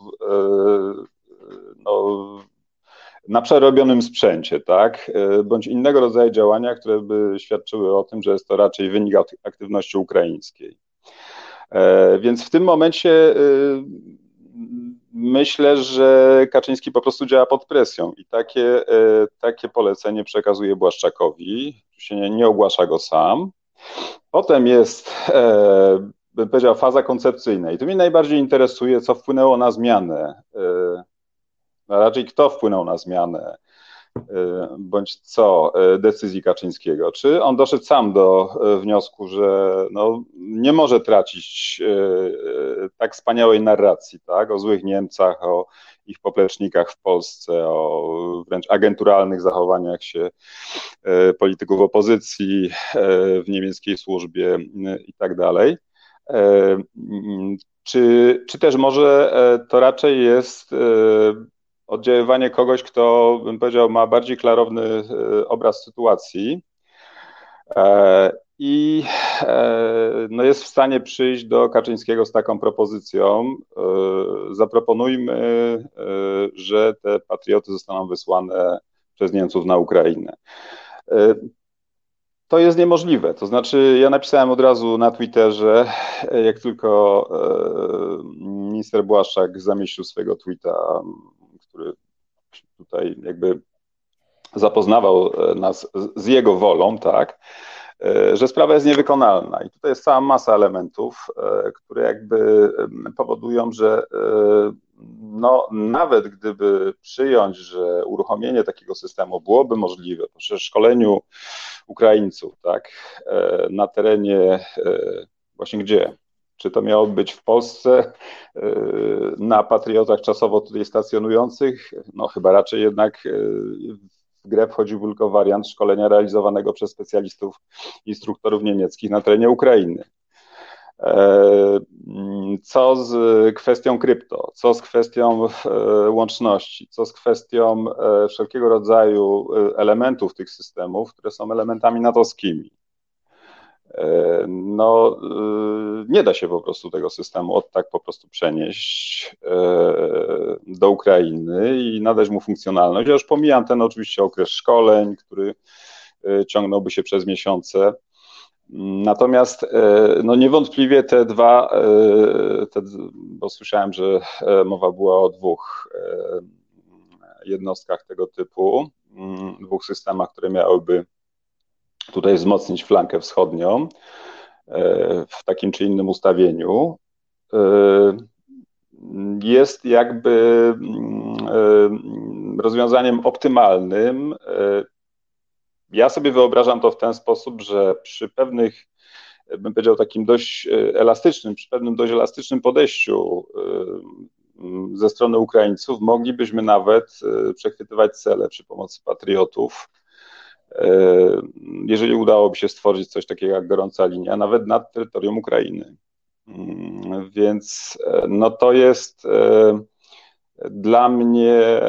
no, na przerobionym sprzęcie, tak, bądź innego rodzaju działania, które by świadczyły o tym, że jest to raczej wynik aktywności ukraińskiej. Więc w tym momencie myślę, że Kaczyński po prostu działa pod presją i takie, takie polecenie przekazuje Błaszczakowi, się nie, nie ogłasza go sam. Potem jest, bym powiedział, faza koncepcyjna i tu mnie najbardziej interesuje, co wpłynęło na zmianę, a raczej kto wpłynął na zmianę, bądź co decyzji Kaczyńskiego. Czy on doszedł sam do wniosku, że no, nie może tracić tak wspaniałej narracji, tak, o złych Niemcach, o ich poplecznikach w Polsce, o wręcz agenturalnych zachowaniach się polityków opozycji w niemieckiej służbie i tak dalej. Czy, czy też może to raczej jest oddziaływanie kogoś, kto, bym powiedział, ma bardziej klarowny obraz sytuacji i no jest w stanie przyjść do Kaczyńskiego z taką propozycją. Zaproponujmy, że te patrioty zostaną wysłane przez Niemców na Ukrainę. To jest niemożliwe. To znaczy, ja napisałem od razu na Twitterze, jak tylko minister Błaszczak zamieścił swojego tweeta, który tutaj jakby zapoznawał nas z jego wolą, tak, że sprawa jest niewykonalna. I tutaj jest cała masa elementów, które jakby powodują, że no, nawet gdyby przyjąć, że uruchomienie takiego systemu byłoby możliwe po szkoleniu Ukraińców, tak, na terenie właśnie gdzie? Czy to miało być w Polsce na patriotach czasowo tutaj stacjonujących? No chyba raczej jednak w grę wchodził tylko wariant szkolenia realizowanego przez specjalistów, instruktorów niemieckich na terenie Ukrainy. Co z kwestią krypto, co z kwestią łączności, co z kwestią wszelkiego rodzaju elementów tych systemów, które są elementami natowskimi. No, nie da się po prostu tego systemu od tak po prostu przenieść do Ukrainy i nadać mu funkcjonalność. Ja już pomijam ten oczywiście okres szkoleń, który ciągnąłby się przez miesiące. Natomiast no niewątpliwie te dwa, te, bo słyszałem, że mowa była o dwóch jednostkach tego typu, dwóch systemach, które miałyby tutaj wzmocnić flankę wschodnią w takim czy innym ustawieniu, jest jakby rozwiązaniem optymalnym. Ja sobie wyobrażam to w ten sposób, że przy pewnych, bym powiedział, takim dość elastycznym, przy pewnym dość elastycznym podejściu ze strony Ukraińców moglibyśmy nawet przechwytywać cele przy pomocy patriotów, jeżeli udałoby się stworzyć coś takiego jak gorąca linia, nawet nad terytorium Ukrainy. Więc no to jest dla mnie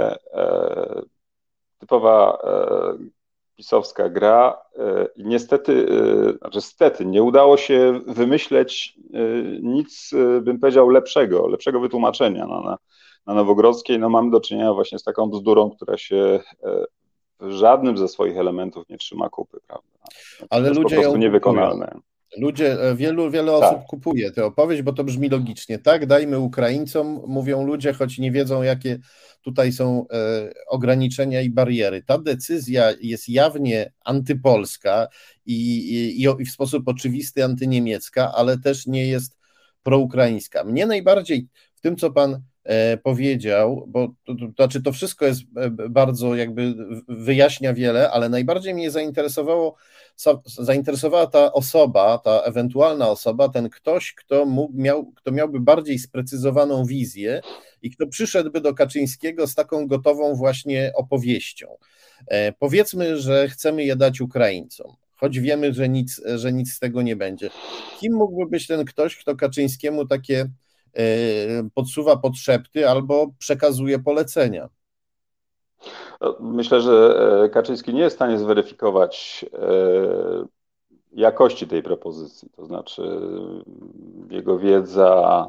typowa pisowska gra i niestety, znaczy stety, nie udało się wymyśleć nic, bym powiedział, lepszego, lepszego wytłumaczenia na, na, na Nowogrodzkiej. No mamy do czynienia właśnie z taką bzdurą, która się w żadnym ze swoich elementów nie trzyma kupy, prawda? Ale to jest ludzie po prostu ją niewykonalne. Kupują. Ludzie, wielu, wiele osób tak. kupuje tę opowieść, bo to brzmi logicznie, tak? Dajmy Ukraińcom, mówią ludzie, choć nie wiedzą, jakie tutaj są e, ograniczenia i bariery. Ta decyzja jest jawnie antypolska i, i, i w sposób oczywisty antyniemiecka, ale też nie jest proukraińska. Mnie najbardziej w tym, co pan e, powiedział, bo to, to, to znaczy to wszystko jest bardzo jakby wyjaśnia wiele, ale najbardziej mnie zainteresowało zainteresowała ta osoba, ta ewentualna osoba, ten ktoś, kto, mógł, miał, kto miałby bardziej sprecyzowaną wizję i kto przyszedłby do Kaczyńskiego z taką gotową właśnie opowieścią. E, powiedzmy, że chcemy je dać Ukraińcom, choć wiemy, że nic, że nic z tego nie będzie. Kim mógłby być ten ktoś, kto Kaczyńskiemu takie e, podsuwa podszepty albo przekazuje polecenia? Myślę, że Kaczyński nie jest w stanie zweryfikować jakości tej propozycji, to znaczy jego wiedza,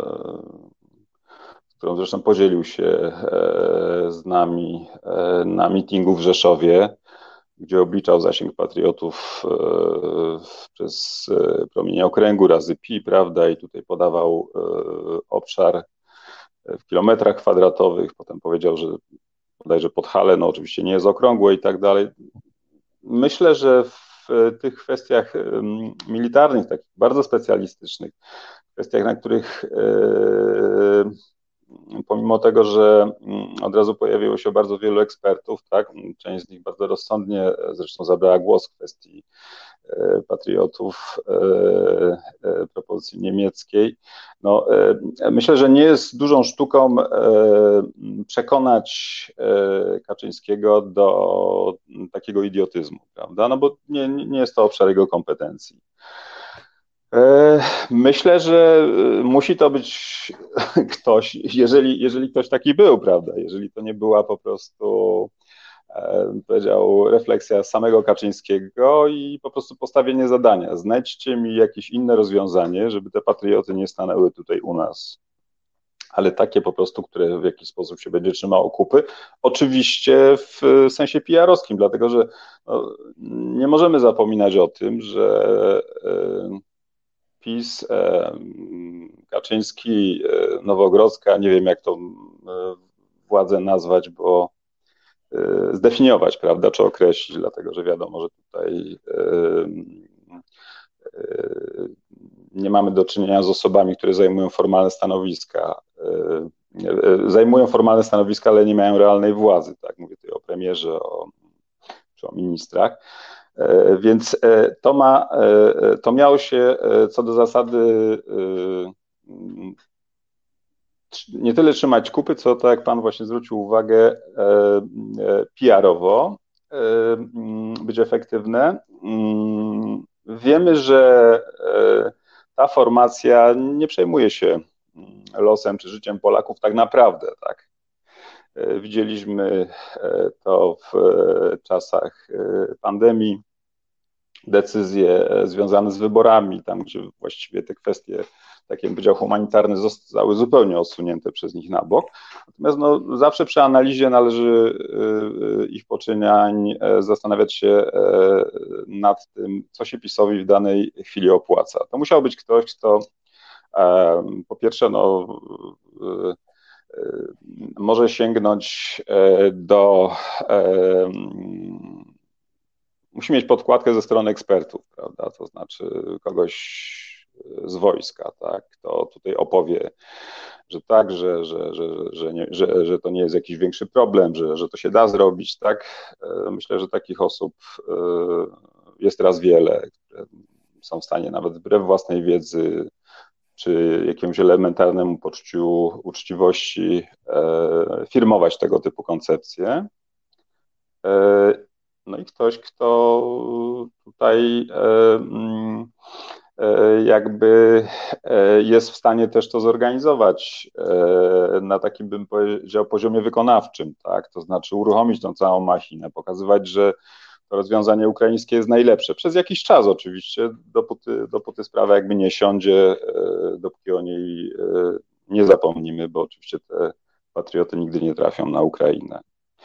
z którą zresztą podzielił się z nami na mitingu w Rzeszowie, gdzie obliczał zasięg patriotów przez promienie okręgu razy pi, prawda, i tutaj podawał obszar w kilometrach kwadratowych, potem powiedział, że bodajże Podhale, no oczywiście nie jest okrągłe i tak dalej. Myślę, że w tych kwestiach militarnych, takich bardzo specjalistycznych, kwestiach, na których pomimo tego, że od razu pojawiło się bardzo wielu ekspertów, tak, część z nich bardzo rozsądnie zresztą zabrała głos w kwestii patriotów, propozycji niemieckiej. No, myślę, że nie jest dużą sztuką przekonać Kaczyńskiego do takiego idiotyzmu, prawda? No bo nie, nie jest to obszar jego kompetencji. Myślę, że musi to być ktoś, jeżeli, jeżeli ktoś taki był, prawda? Jeżeli to nie była po prostu, powiedział, refleksja samego Kaczyńskiego i po prostu postawienie zadania. Znajdźcie mi jakieś inne rozwiązanie, żeby te patrioty nie stanęły tutaj u nas, ale takie po prostu, które w jakiś sposób się będzie trzymało kupy. Oczywiście w sensie P R-owskim, dlatego że no, nie możemy zapominać o tym, że PiS, Kaczyński, Nowogrodzka, nie wiem jak to władzę nazwać, bo zdefiniować, prawda, czy określić, dlatego że wiadomo, że tutaj nie mamy do czynienia z osobami, które zajmują formalne stanowiska, zajmują formalne stanowiska, ale nie mają realnej władzy, tak, mówię tutaj o premierze, o, czy o ministrach. Więc to, ma, to miało się co do zasady nie tyle trzymać kupy, co tak jak pan właśnie zwrócił uwagę, P R-owo być efektywne. Wiemy, że ta formacja nie przejmuje się losem czy życiem Polaków tak naprawdę, tak. Widzieliśmy to w czasach pandemii, decyzje związane z wyborami, tam gdzie właściwie te kwestie, tak jak powiedział, humanitarne zostały zupełnie odsunięte przez nich na bok. Natomiast no, zawsze przy analizie należy ich poczynań zastanawiać się nad tym, co się PiS-owi w danej chwili opłaca. To musiał być ktoś, kto po pierwsze no, może sięgnąć do... Musi mieć podkładkę ze strony ekspertów, prawda? To znaczy kogoś z wojska, tak? Kto tutaj opowie, że tak, że, że, że, że, nie, że, że to nie jest jakiś większy problem, że, że to się da zrobić, tak? Myślę, że takich osób jest raz wiele, które są w stanie nawet wbrew własnej wiedzy czy jakiemuś elementarnemu poczuciu uczciwości firmować tego typu koncepcje. No i ktoś, kto tutaj jakby jest w stanie też to zorganizować na takim, bym powiedział, poziomie wykonawczym, tak? To znaczy uruchomić tą całą machinę, pokazywać, że to rozwiązanie ukraińskie jest najlepsze. Przez jakiś czas oczywiście, dopóty, dopóty sprawa jakby nie siądzie, dopóki o niej nie zapomnimy, bo oczywiście te patrioty nigdy nie trafią na Ukrainę.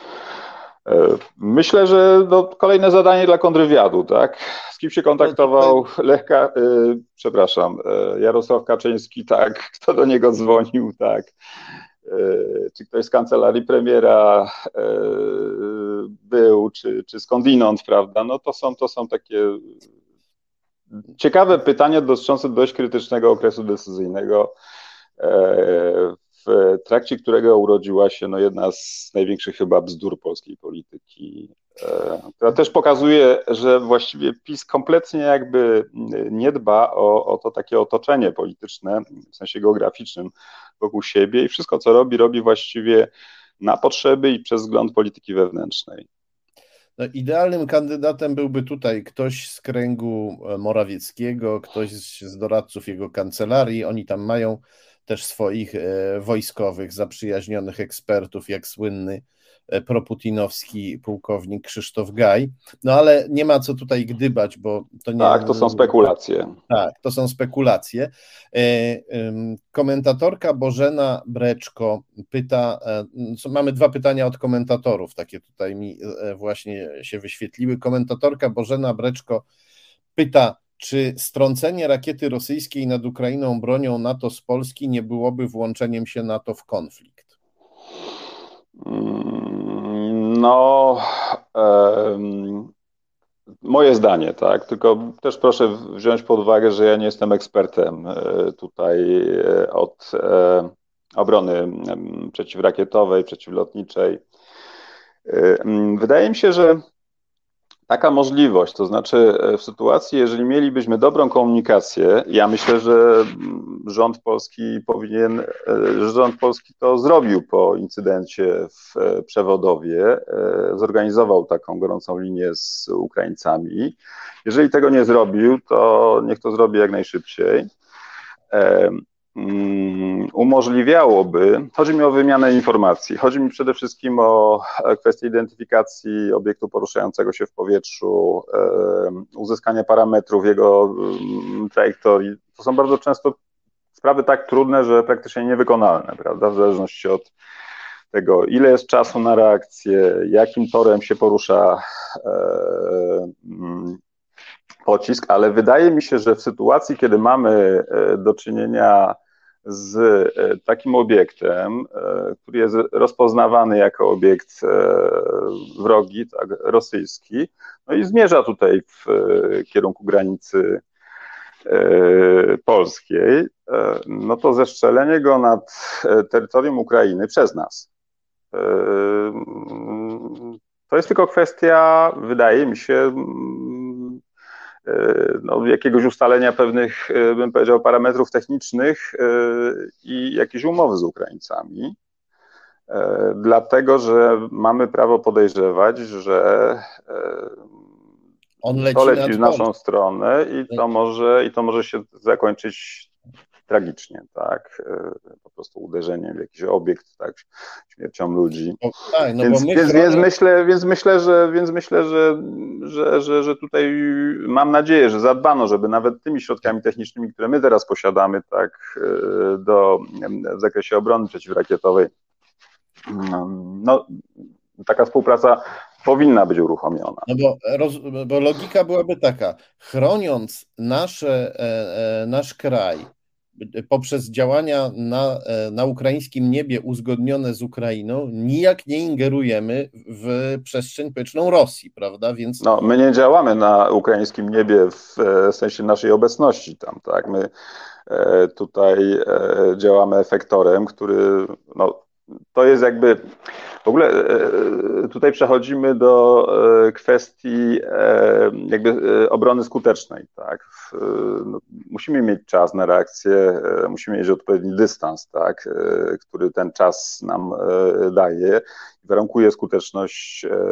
Myślę, że no, kolejne zadanie dla kontrwywiadu, tak? Z kim się kontaktował Lech, yy, przepraszam, yy, Jarosław Kaczyński, tak? Kto do niego dzwonił, tak? Yy, czy ktoś z kancelarii premiera yy, był, czy, czy skądinąd, prawda? No to są, to są takie ciekawe pytania dotyczące dość krytycznego okresu decyzyjnego, yy, w trakcie którego urodziła się no, jedna z największych chyba bzdur polskiej polityki, która też pokazuje, że właściwie PiS kompletnie jakby nie dba o, o to takie otoczenie polityczne, w sensie geograficznym wokół siebie i wszystko, co robi, robi właściwie na potrzeby i przez wzgląd polityki wewnętrznej. No, idealnym kandydatem byłby tutaj ktoś z kręgu Morawieckiego, ktoś z doradców jego kancelarii. Oni tam mają też swoich wojskowych, zaprzyjaźnionych ekspertów, jak słynny proputinowski pułkownik Krzysztof Gaj. No ale nie ma co tutaj gdybać, bo to nie... Tak, to są spekulacje. Tak, to są spekulacje. Komentatorka Bożena Breczko pyta, mamy dwa pytania od komentatorów, takie tutaj mi właśnie się wyświetliły. Komentatorka Bożena Breczko pyta, czy strącenie rakiety rosyjskiej nad Ukrainą bronią NATO z Polski nie byłoby włączeniem się NATO w konflikt? No, um, moje zdanie, tak, tylko też proszę wziąć pod uwagę, że ja nie jestem ekspertem tutaj od obrony przeciwrakietowej, przeciwlotniczej. Wydaje mi się, że taka możliwość, to znaczy w sytuacji, jeżeli mielibyśmy dobrą komunikację, ja myślę, że rząd polski powinien, że rząd polski to zrobił po incydencie w Przewodowie, zorganizował taką gorącą linię z Ukraińcami. Jeżeli tego nie zrobił, to niech to zrobi jak najszybciej. Umożliwiałoby, chodzi mi o wymianę informacji, chodzi mi przede wszystkim o kwestię identyfikacji obiektu poruszającego się w powietrzu, uzyskania parametrów jego trajektorii. To są bardzo często sprawy tak trudne, że praktycznie niewykonalne, prawda, w zależności od tego, ile jest czasu na reakcję, jakim torem się porusza pocisk, ale wydaje mi się, że w sytuacji, kiedy mamy do czynienia z takim obiektem, który jest rozpoznawany jako obiekt wrogi, tak, rosyjski, no i zmierza tutaj w kierunku granicy polskiej, no to zestrzelenie go nad terytorium Ukrainy przez nas. To jest tylko kwestia, wydaje mi się, no, jakiegoś ustalenia pewnych, bym powiedział, parametrów technicznych i jakiejś umowy z Ukraińcami, dlatego że mamy prawo podejrzewać, że On leci, to leci nad w naszą Polską. stronę i to może, i to może się zakończyć tragicznie, tak, po prostu uderzeniem w jakiś obiekt, tak, śmiercią ludzi. O, tak, no więc, bo my więc, chroniąc... więc myślę, więc myślę, że, więc myślę, że, że, że, że tutaj mam nadzieję, że zadbano, żeby nawet tymi środkami technicznymi, które my teraz posiadamy, tak, do, w zakresie obrony przeciwrakietowej, no, taka współpraca powinna być uruchomiona. No bo, roz, bo logika byłaby taka, chroniąc nasze, e, e, nasz kraj poprzez działania na, e, na ukraińskim niebie uzgodnione z Ukrainą, nijak nie ingerujemy w przestrzeń powietrzną Rosji, prawda? Więc... No, my nie działamy na ukraińskim niebie w, w sensie naszej obecności tam, tak? My e, tutaj e, działamy efektorem, który, no, to jest jakby, w ogóle e, tutaj przechodzimy do e, kwestii e, jakby e, obrony skutecznej, tak? W, no, musimy mieć czas na reakcję, e, musimy mieć odpowiedni dystans, tak? E, który ten czas nam e, daje i warunkuje skuteczność e,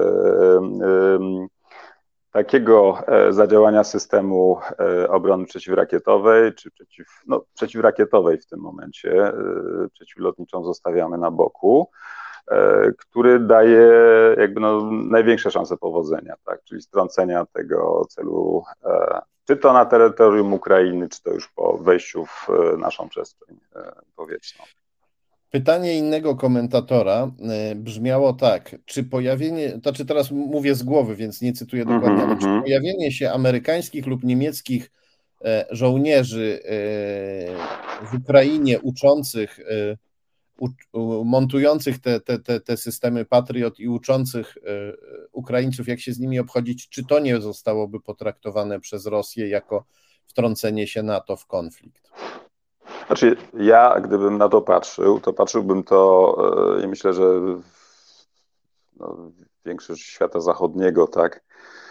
e, takiego zadziałania systemu obrony przeciwrakietowej, czy przeciw, no, przeciwrakietowej w tym momencie, przeciwlotniczą zostawiamy na boku, który daje jakby no największe szanse powodzenia, tak? Czyli strącenia tego celu, czy to na terytorium Ukrainy, czy to już po wejściu w naszą przestrzeń powietrzną. Pytanie innego komentatora brzmiało tak, czy pojawienie, to znaczy teraz mówię z głowy, więc nie cytuję dokładnie, ale czy pojawienie się amerykańskich lub niemieckich żołnierzy w Ukrainie uczących, montujących te, te, te, te systemy Patriot i uczących Ukraińców, jak się z nimi obchodzić, czy to nie zostałoby potraktowane przez Rosję jako wtrącenie się NATO w konflikt? Znaczy, ja gdybym na to patrzył, to patrzyłbym to i myślę, że no, większość świata zachodniego, tak,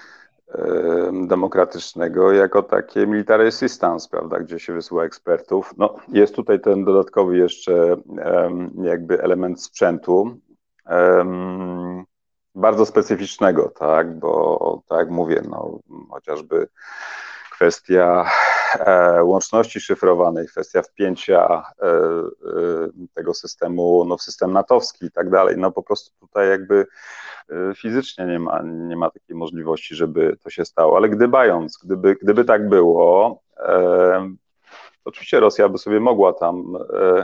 demokratycznego, jako takie military assistance, prawda, gdzie się wysyła ekspertów. No, jest tutaj ten dodatkowy jeszcze jakby element sprzętu, bardzo specyficznego, tak, bo tak jak mówię, no, chociażby kwestia łączności szyfrowanej, kwestia wpięcia tego systemu no, w system natowski i tak dalej, no po prostu tutaj jakby fizycznie nie ma, nie ma takiej możliwości, żeby to się stało, ale gdybając, gdyby, gdyby tak było, e, oczywiście Rosja by sobie mogła tam e,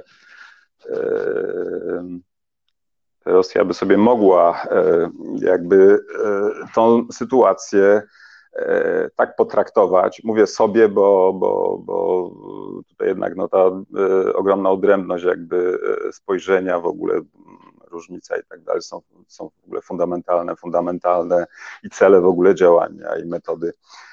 e, Rosja by sobie mogła e, jakby e, tą sytuację e, tak potraktować. Mówię sobie, bo, bo, bo tutaj jednak no, ta e, ogromna odrębność jakby spojrzenia w ogóle, różnica i tak dalej są, są w ogóle fundamentalne, fundamentalne i cele w ogóle działania i metody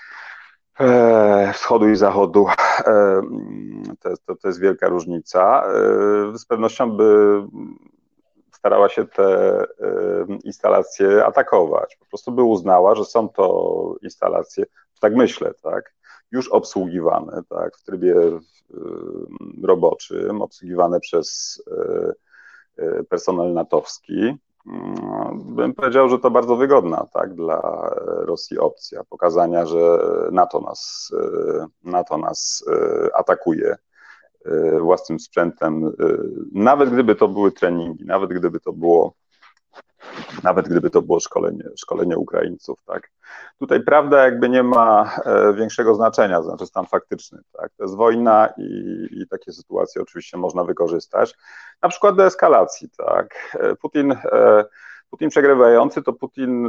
e, wschodu i zachodu. E, to, to, to jest wielka różnica. E, z pewnością by starała się te e, instalacje atakować. Po prostu by uznała, że są to instalacje, tak myślę, tak, już obsługiwane, tak, w trybie e, roboczym, obsługiwane przez e, personel natowski. Bym powiedział, że to bardzo wygodna, tak, dla Rosji opcja pokazania, że NATO nas, NATO nas atakuje własnym sprzętem, nawet gdyby to były treningi, nawet gdyby to było nawet gdyby to było szkolenie, szkolenie Ukraińców, tak. Tutaj prawda jakby nie ma większego znaczenia, to znaczy stan faktyczny, tak. To jest wojna i, i takie sytuacje oczywiście można wykorzystać, na przykład do eskalacji, tak. Putin, Putin przegrywający to Putin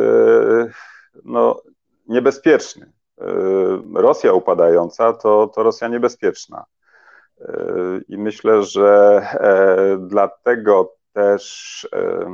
no, niebezpieczny. Rosja upadająca to, to Rosja niebezpieczna. I myślę, że dlatego też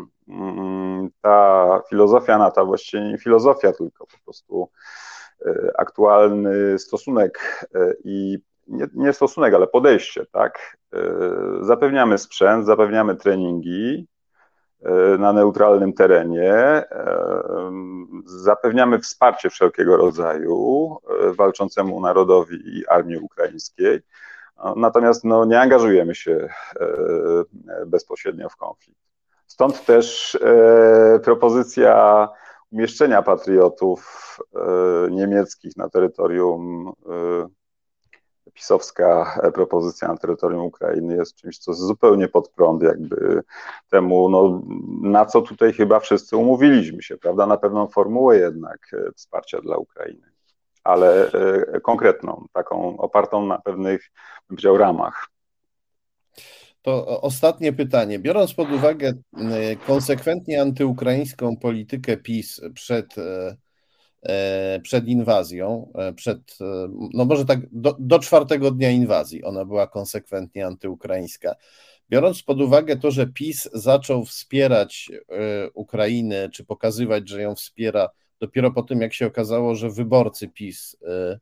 ta filozofia NATO, właściwie nie filozofia, tylko po prostu aktualny stosunek i nie, nie stosunek, ale podejście, tak? Zapewniamy sprzęt, zapewniamy treningi na neutralnym terenie, zapewniamy wsparcie wszelkiego rodzaju walczącemu narodowi i armii ukraińskiej. Natomiast no, nie angażujemy się bezpośrednio w konflikt. Stąd też propozycja umieszczenia patriotów niemieckich na terytorium, pisowska propozycja na terytorium Ukrainy jest czymś, co zupełnie pod prąd jakby temu, no, na co tutaj chyba wszyscy umówiliśmy się, prawda, na pewną formułę jednak wsparcia dla Ukrainy, ale konkretną, taką opartą na pewnych, bym powiedział, ramach. To ostatnie pytanie. Biorąc pod uwagę konsekwentnie antyukraińską politykę PiS przed, przed inwazją, przed, no może tak do, do czwartego dnia inwazji ona była konsekwentnie antyukraińska. Biorąc pod uwagę to, że PiS zaczął wspierać Ukrainę, czy pokazywać, że ją wspiera dopiero po tym, jak się okazało, że wyborcy PiS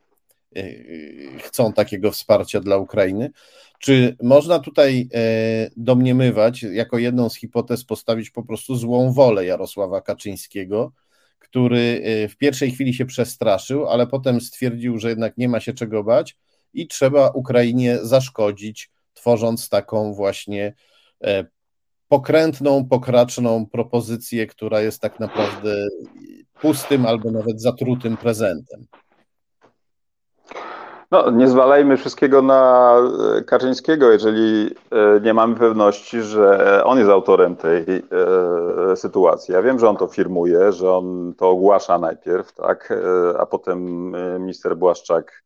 chcą takiego wsparcia dla Ukrainy. Czy można tutaj domniemywać, jako jedną z hipotez postawić po prostu złą wolę Jarosława Kaczyńskiego, który w pierwszej chwili się przestraszył, ale potem stwierdził, że jednak nie ma się czego bać i trzeba Ukrainie zaszkodzić, tworząc taką właśnie pokrętną, pokraczną propozycję, która jest tak naprawdę pustym albo nawet zatrutym prezentem? No, nie zwalajmy wszystkiego na Kaczyńskiego, jeżeli nie mamy pewności, że on jest autorem tej sytuacji. Ja wiem, że on to firmuje, że on to ogłasza najpierw, tak, a potem minister Błaszczak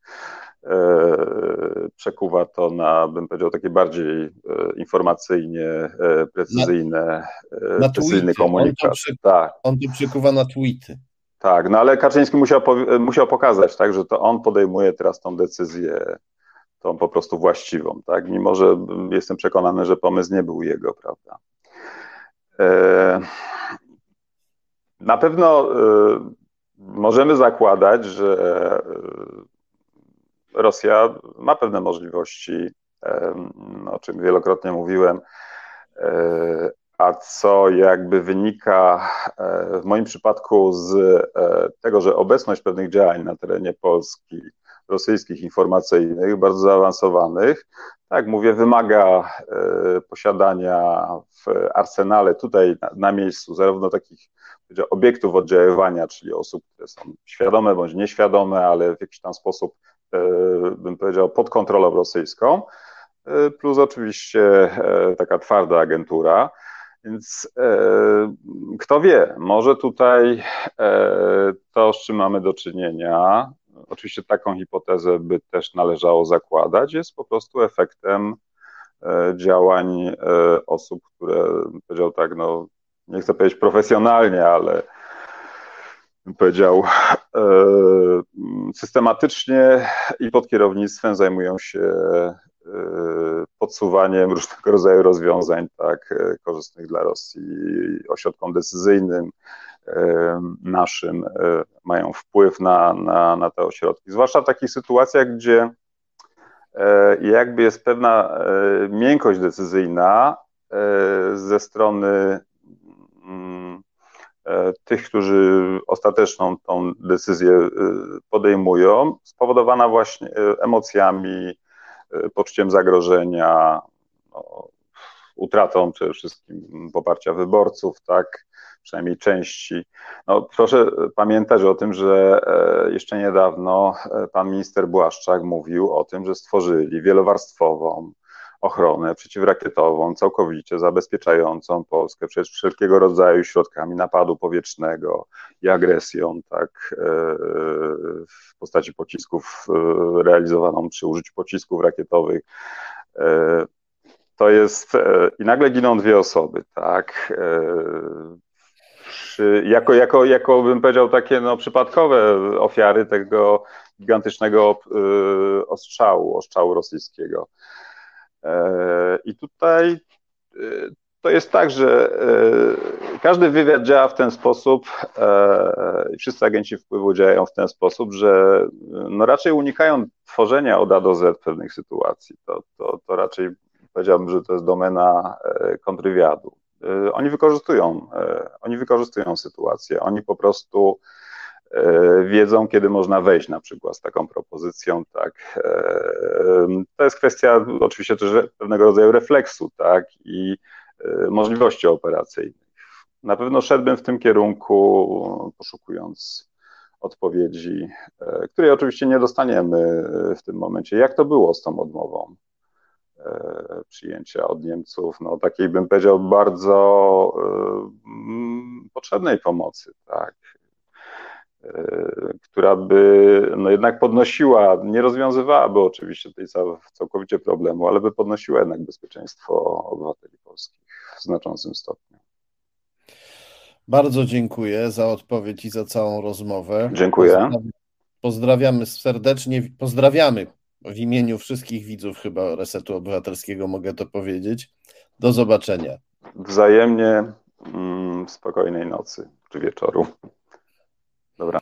przekuwa to na, bym powiedział, takie bardziej informacyjnie precyzyjne, na, na precyzyjny tweety. komunikat. On to, przy, tak. on to przekuwa na tweety. Tak, no ale Kaczyński musiał, musiał pokazać, tak, że to on podejmuje teraz tą decyzję, tą po prostu właściwą, tak, mimo że jestem przekonany, że pomysł nie był jego, prawda. E, na pewno e, możemy zakładać, że Rosja ma pewne możliwości, e, o czym wielokrotnie mówiłem, e, a co jakby wynika w moim przypadku z tego, że obecność pewnych działań na terenie Polski, rosyjskich, informacyjnych, bardzo zaawansowanych, tak mówię, wymaga posiadania w arsenale tutaj na, na miejscu zarówno takich obiektów oddziaływania, czyli osób, które są świadome bądź nieświadome, ale w jakiś tam sposób, bym powiedział, pod kontrolą rosyjską, plus oczywiście taka twarda agentura. Więc e, kto wie, może tutaj e, to, z czym mamy do czynienia, oczywiście taką hipotezę by też należało zakładać, jest po prostu efektem e, działań e, osób, które, bym powiedział tak, no nie chcę powiedzieć profesjonalnie, ale bym powiedział e, systematycznie i pod kierownictwem zajmują się podsuwaniem różnego rodzaju rozwiązań, tak, korzystnych dla Rosji, ośrodkom decyzyjnym naszym mają wpływ na, na, na te ośrodki. Zwłaszcza w takich sytuacjach, gdzie jakby jest pewna miękkość decyzyjna ze strony tych, którzy ostateczną tą decyzję podejmują, spowodowana właśnie emocjami, poczuciem zagrożenia, no, utratą przede wszystkim poparcia wyborców, tak, przynajmniej części. No, proszę pamiętać o tym, że jeszcze niedawno pan minister Błaszczak mówił o tym, że stworzyli wielowarstwową ochronę przeciwrakietową, całkowicie zabezpieczającą Polskę przed wszelkiego rodzaju środkami napadu powietrznego i agresją, tak, w postaci pocisków, realizowaną przy użyciu pocisków rakietowych. To jest, i nagle giną dwie osoby, tak, przy, jako, jako, jako bym powiedział takie no, przypadkowe ofiary tego gigantycznego ostrzału, ostrzału rosyjskiego. I tutaj to jest tak, że każdy wywiad działa w ten sposób i wszyscy agenci wpływu działają w ten sposób, że no raczej unikają tworzenia od A do Z pewnych sytuacji. To, to, to raczej powiedziałbym, że to jest domena kontrwywiadu. Oni wykorzystują, oni wykorzystują sytuację, oni po prostu wiedzą, kiedy można wejść na przykład z taką propozycją, tak. To jest kwestia oczywiście też pewnego rodzaju refleksu, tak, i możliwości operacyjnych. Na pewno szedłbym w tym kierunku, poszukując odpowiedzi, której oczywiście nie dostaniemy w tym momencie. Jak to było z tą odmową przyjęcia od Niemców, no takiej bym powiedział bardzo um, potrzebnej pomocy, tak, która by no jednak podnosiła, nie rozwiązywałaby oczywiście tej całkowicie problemu, ale by podnosiła jednak bezpieczeństwo obywateli polskich w znaczącym stopniu. Bardzo dziękuję za odpowiedź i za całą rozmowę. Dziękuję. Pozdrawiamy serdecznie, pozdrawiamy w imieniu wszystkich widzów chyba Resetu Obywatelskiego, mogę to powiedzieć. Do zobaczenia. Wzajemnie, mm, spokojnej nocy czy wieczoru. Dobra.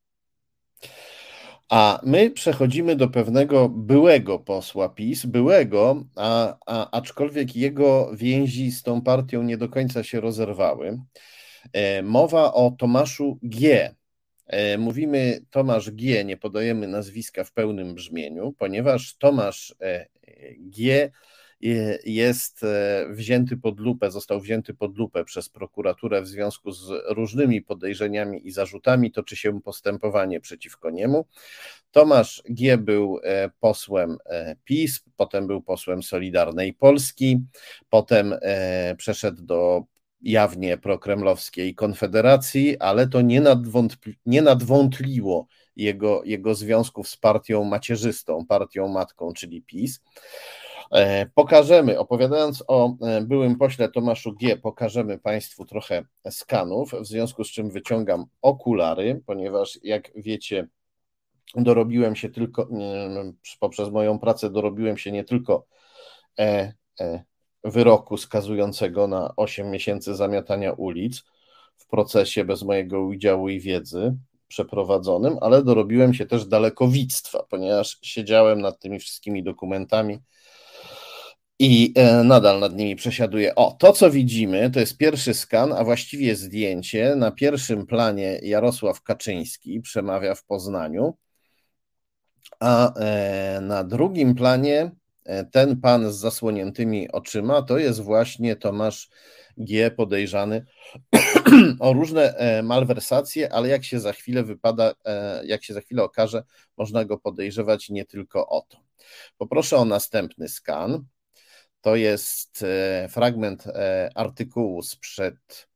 A my przechodzimy do pewnego byłego posła PiS, byłego, a, a, aczkolwiek jego więzi z tą partią nie do końca się rozerwały. E, mowa o Tomaszu G. E, mówimy Tomasz G., nie podajemy nazwiska w pełnym brzmieniu, ponieważ Tomasz e, G. jest wzięty pod lupę, został wzięty pod lupę przez prokuraturę w związku z różnymi podejrzeniami i zarzutami, toczy się postępowanie przeciwko niemu. Tomasz G. był posłem PiS, potem był posłem Solidarnej Polski, potem przeszedł do jawnie prokremlowskiej Konfederacji, ale to nie, nadwątpli, nie nadwątliło jego, jego związków z partią macierzystą, partią matką, czyli PiS. Pokażemy, opowiadając o byłym pośle Tomaszu G., pokażemy Państwu trochę skanów, w związku z czym wyciągam okulary, ponieważ jak wiecie, dorobiłem się tylko, poprzez moją pracę dorobiłem się nie tylko e, e, wyroku skazującego na osiem miesięcy zamiatania ulic w procesie bez mojego udziału i wiedzy przeprowadzonym, ale dorobiłem się też dalekowictwa, ponieważ siedziałem nad tymi wszystkimi dokumentami i nadal nad nimi przesiaduję. O, to co widzimy, to jest pierwszy skan, a właściwie zdjęcie. Na pierwszym planie Jarosław Kaczyński przemawia w Poznaniu, a na drugim planie ten pan z zasłoniętymi oczyma to jest właśnie Tomasz G., podejrzany o różne malwersacje, ale jak się za chwilę wypada, jak się za chwilę okaże, można go podejrzewać nie tylko o to. Poproszę o następny skan. To jest fragment artykułu sprzed,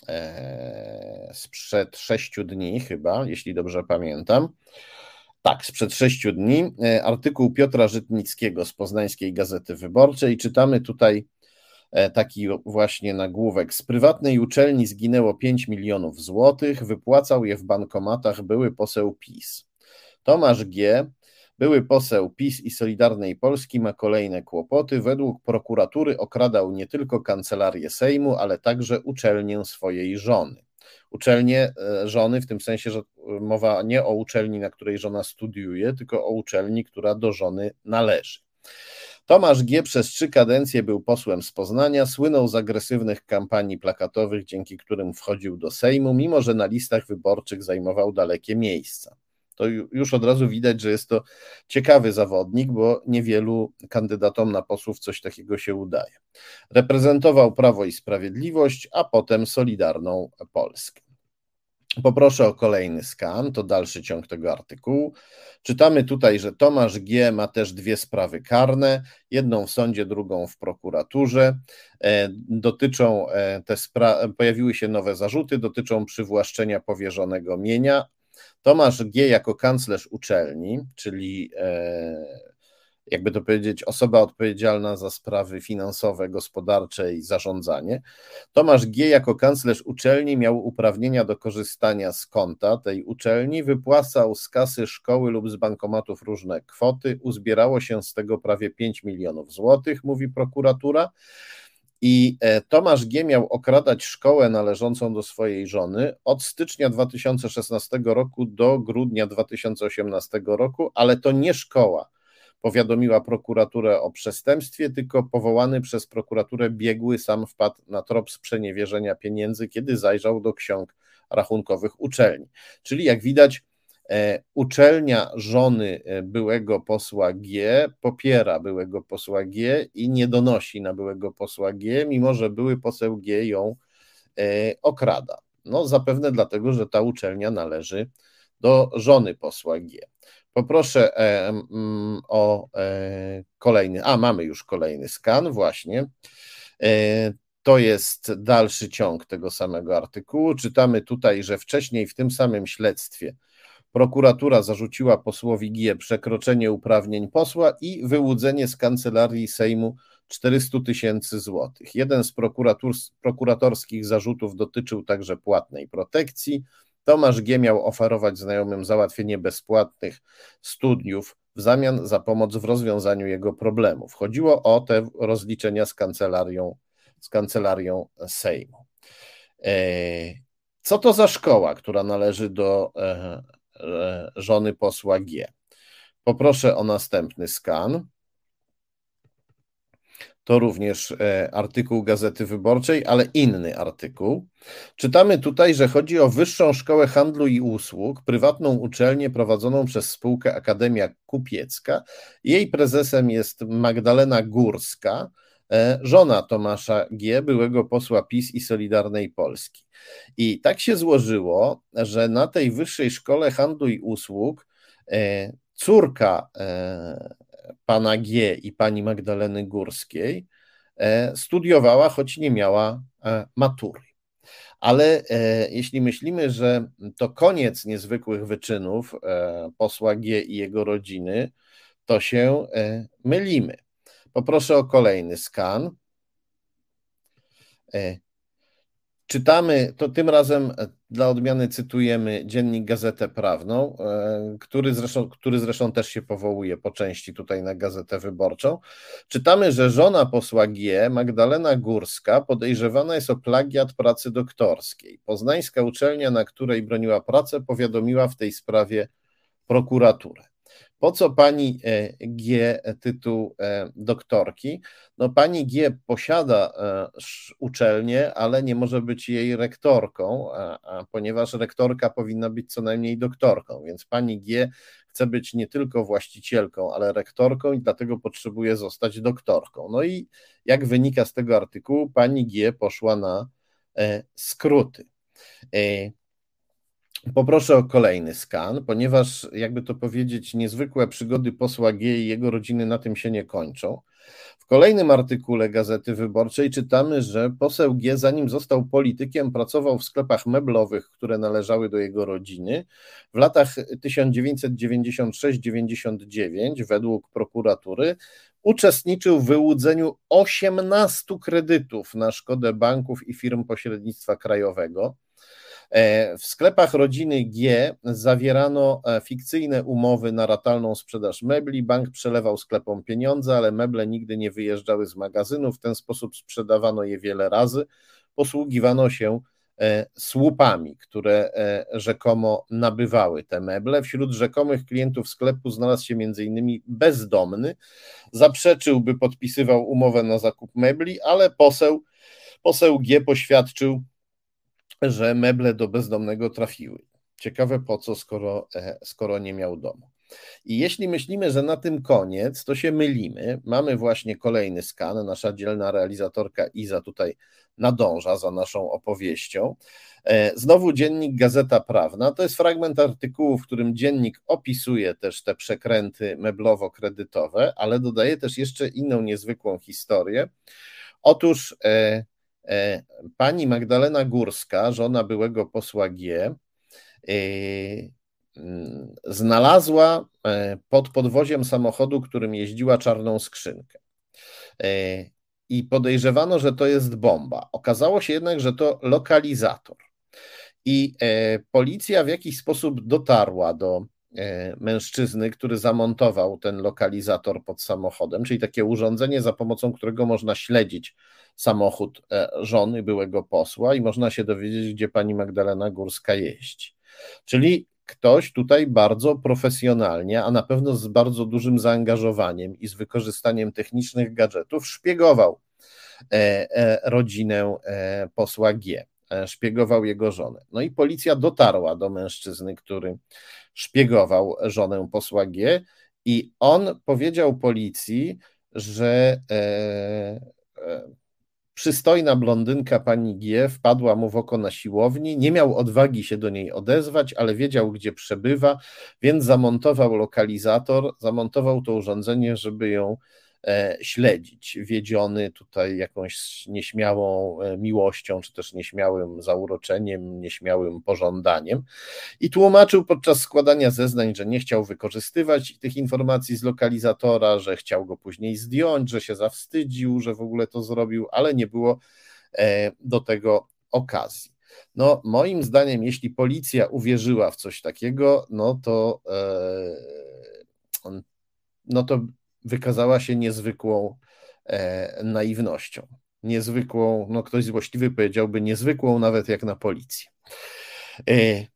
sprzed sześciu dni chyba, jeśli dobrze pamiętam. Tak, sprzed sześciu dni. Artykuł Piotra Żytnickiego z Poznańskiej Gazety Wyborczej. Czytamy tutaj taki właśnie nagłówek. Z prywatnej uczelni zginęło pięć milionów złotych, wypłacał je w bankomatach były poseł PiS. Tomasz G., były poseł PiS i Solidarnej Polski, ma kolejne kłopoty. Według prokuratury okradał nie tylko kancelarię Sejmu, ale także uczelnię swojej żony. Uczelnię żony w tym sensie, że mowa nie o uczelni, na której żona studiuje, tylko o uczelni, która do żony należy. Tomasz G. przez trzy kadencje był posłem z Poznania, słynął z agresywnych kampanii plakatowych, dzięki którym wchodził do Sejmu, mimo że na listach wyborczych zajmował dalekie miejsca. To już od razu widać, że jest to ciekawy zawodnik, bo niewielu kandydatom na posłów coś takiego się udaje. Reprezentował Prawo i Sprawiedliwość, a potem Solidarną Polskę. Poproszę o kolejny skan, to dalszy ciąg tego artykułu. Czytamy tutaj, że Tomasz G. ma też dwie sprawy karne, jedną w sądzie, drugą w prokuraturze. Dotyczą te spra- pojawiły się nowe zarzuty, dotyczą przywłaszczenia powierzonego mienia. Tomasz G. jako kanclerz uczelni, czyli jakby to powiedzieć, osoba odpowiedzialna za sprawy finansowe, gospodarcze i zarządzanie. Tomasz G. jako kanclerz uczelni miał uprawnienia do korzystania z konta tej uczelni, wypłacał z kasy szkoły lub z bankomatów różne kwoty, uzbierało się z tego prawie pięć milionów złotych, mówi prokuratura. I Tomasz G. miał okradać szkołę należącą do swojej żony od stycznia dwa tysiące szesnastego roku do grudnia dwa tysiące osiemnastego roku, ale to nie szkoła powiadomiła prokuraturę o przestępstwie, tylko powołany przez prokuraturę biegły sam wpadł na trop sprzeniewierzenia pieniędzy, kiedy zajrzał do ksiąg rachunkowych uczelni. Czyli jak widać, uczelnia żony byłego posła G. popiera byłego posła G. i nie donosi na byłego posła G., mimo że były poseł G. ją okrada? No zapewne dlatego, że ta uczelnia należy do żony posła G. Poproszę o kolejny, a mamy już kolejny skan, właśnie. To jest dalszy ciąg tego samego artykułu. Czytamy tutaj, że wcześniej w tym samym śledztwie prokuratura zarzuciła posłowi G przekroczenie uprawnień posła i wyłudzenie z kancelarii Sejmu czterysta tysięcy złotych. Jeden z prokuratorskich zarzutów dotyczył także płatnej protekcji. Tomasz G. miał oferować znajomym załatwienie bezpłatnych studiów w zamian za pomoc w rozwiązaniu jego problemów. Chodziło o te rozliczenia z kancelarią, z kancelarią Sejmu. Co to za szkoła, która należy do żony posła G? Poproszę o następny skan. To również artykuł Gazety Wyborczej, ale inny artykuł. Czytamy tutaj, że chodzi o Wyższą Szkołę Handlu i Usług, prywatną uczelnię prowadzoną przez spółkę Akademia Kupiecka. Jej prezesem jest Magdalena Górska, żona Tomasza G., byłego posła PiS i Solidarnej Polski. I tak się złożyło, że na tej Wyższej Szkole Handlu i Usług córka pana G. i pani Magdaleny Górskiej studiowała, choć nie miała matury. Ale jeśli myślimy, że to koniec niezwykłych wyczynów posła G. i jego rodziny, to się mylimy. Poproszę o kolejny skan. Czytamy, to tym razem dla odmiany cytujemy dziennik Gazetę Prawną, który zresztą, który zresztą też się powołuje po części tutaj na Gazetę Wyborczą. Czytamy, że żona posła G., Magdalena Górska, podejrzewana jest o plagiat pracy doktorskiej. Poznańska uczelnia, na której broniła pracę, powiadomiła w tej sprawie prokuraturę. Po co pani G. tytuł doktorki? No pani G. posiada uczelnię, ale nie może być jej rektorką, ponieważ rektorka powinna być co najmniej doktorką, więc pani G. chce być nie tylko właścicielką, ale rektorką i dlatego potrzebuje zostać doktorką. No i jak wynika z tego artykułu, pani G. poszła na skróty. Poproszę o kolejny skan, ponieważ, jakby to powiedzieć, niezwykłe przygody posła G. i jego rodziny na tym się nie kończą. W kolejnym artykule Gazety Wyborczej czytamy, że poseł G., zanim został politykiem, pracował w sklepach meblowych, które należały do jego rodziny. W latach tysiąc dziewięćset dziewięćdziesiąt sześć dziewięćdziesiąt dziewięć według prokuratury uczestniczył w wyłudzeniu osiemnastu kredytów na szkodę banków i firm pośrednictwa krajowego. W sklepach rodziny G. zawierano fikcyjne umowy na ratalną sprzedaż mebli, bank przelewał sklepom pieniądze, ale meble nigdy nie wyjeżdżały z magazynu, w ten sposób sprzedawano je wiele razy, posługiwano się słupami, które rzekomo nabywały te meble. Wśród rzekomych klientów sklepu znalazł się między innymi bezdomny, zaprzeczył, by podpisywał umowę na zakup mebli, ale poseł, poseł G. poświadczył, że meble do bezdomnego trafiły. Ciekawe po co, skoro, skoro nie miał domu. I jeśli myślimy, że na tym koniec, to się mylimy. Mamy właśnie kolejny skan. Nasza dzielna realizatorka Iza tutaj nadąża za naszą opowieścią. Znowu dziennik Gazeta Prawna. To jest fragment artykułu, w którym dziennik opisuje też te przekręty meblowo-kredytowe, ale dodaje też jeszcze inną niezwykłą historię. Otóż pani Magdalena Górska, żona byłego posła G., znalazła pod podwoziem samochodu, którym jeździła, czarną skrzynkę. I podejrzewano, że to jest bomba. Okazało się jednak, że to lokalizator. I policja w jakiś sposób dotarła do mężczyzny, który zamontował ten lokalizator pod samochodem, czyli takie urządzenie, za pomocą którego można śledzić samochód żony byłego posła i można się dowiedzieć, gdzie pani Magdalena Górska jeździ. Czyli ktoś tutaj bardzo profesjonalnie, a na pewno z bardzo dużym zaangażowaniem i z wykorzystaniem technicznych gadżetów szpiegował rodzinę posła G., szpiegował jego żonę. No i policja dotarła do mężczyzny, który szpiegował żonę posła G., i on powiedział policji, że przystojna blondynka pani G wpadła mu w oko na siłowni, nie miał odwagi się do niej odezwać, ale wiedział, gdzie przebywa, więc zamontował lokalizator, zamontował to urządzenie, żeby ją śledzić, wiedziony tutaj jakąś nieśmiałą miłością, czy też nieśmiałym zauroczeniem, nieśmiałym pożądaniem i tłumaczył podczas składania zeznań, że nie chciał wykorzystywać tych informacji z lokalizatora, że chciał go później zdjąć, że się zawstydził, że w ogóle to zrobił, ale nie było do tego okazji. No, moim zdaniem, jeśli policja uwierzyła w coś takiego, no to no to wykazała się niezwykłą e, naiwnością. Niezwykłą, no ktoś złośliwy powiedziałby niezwykłą nawet jak na policję. E,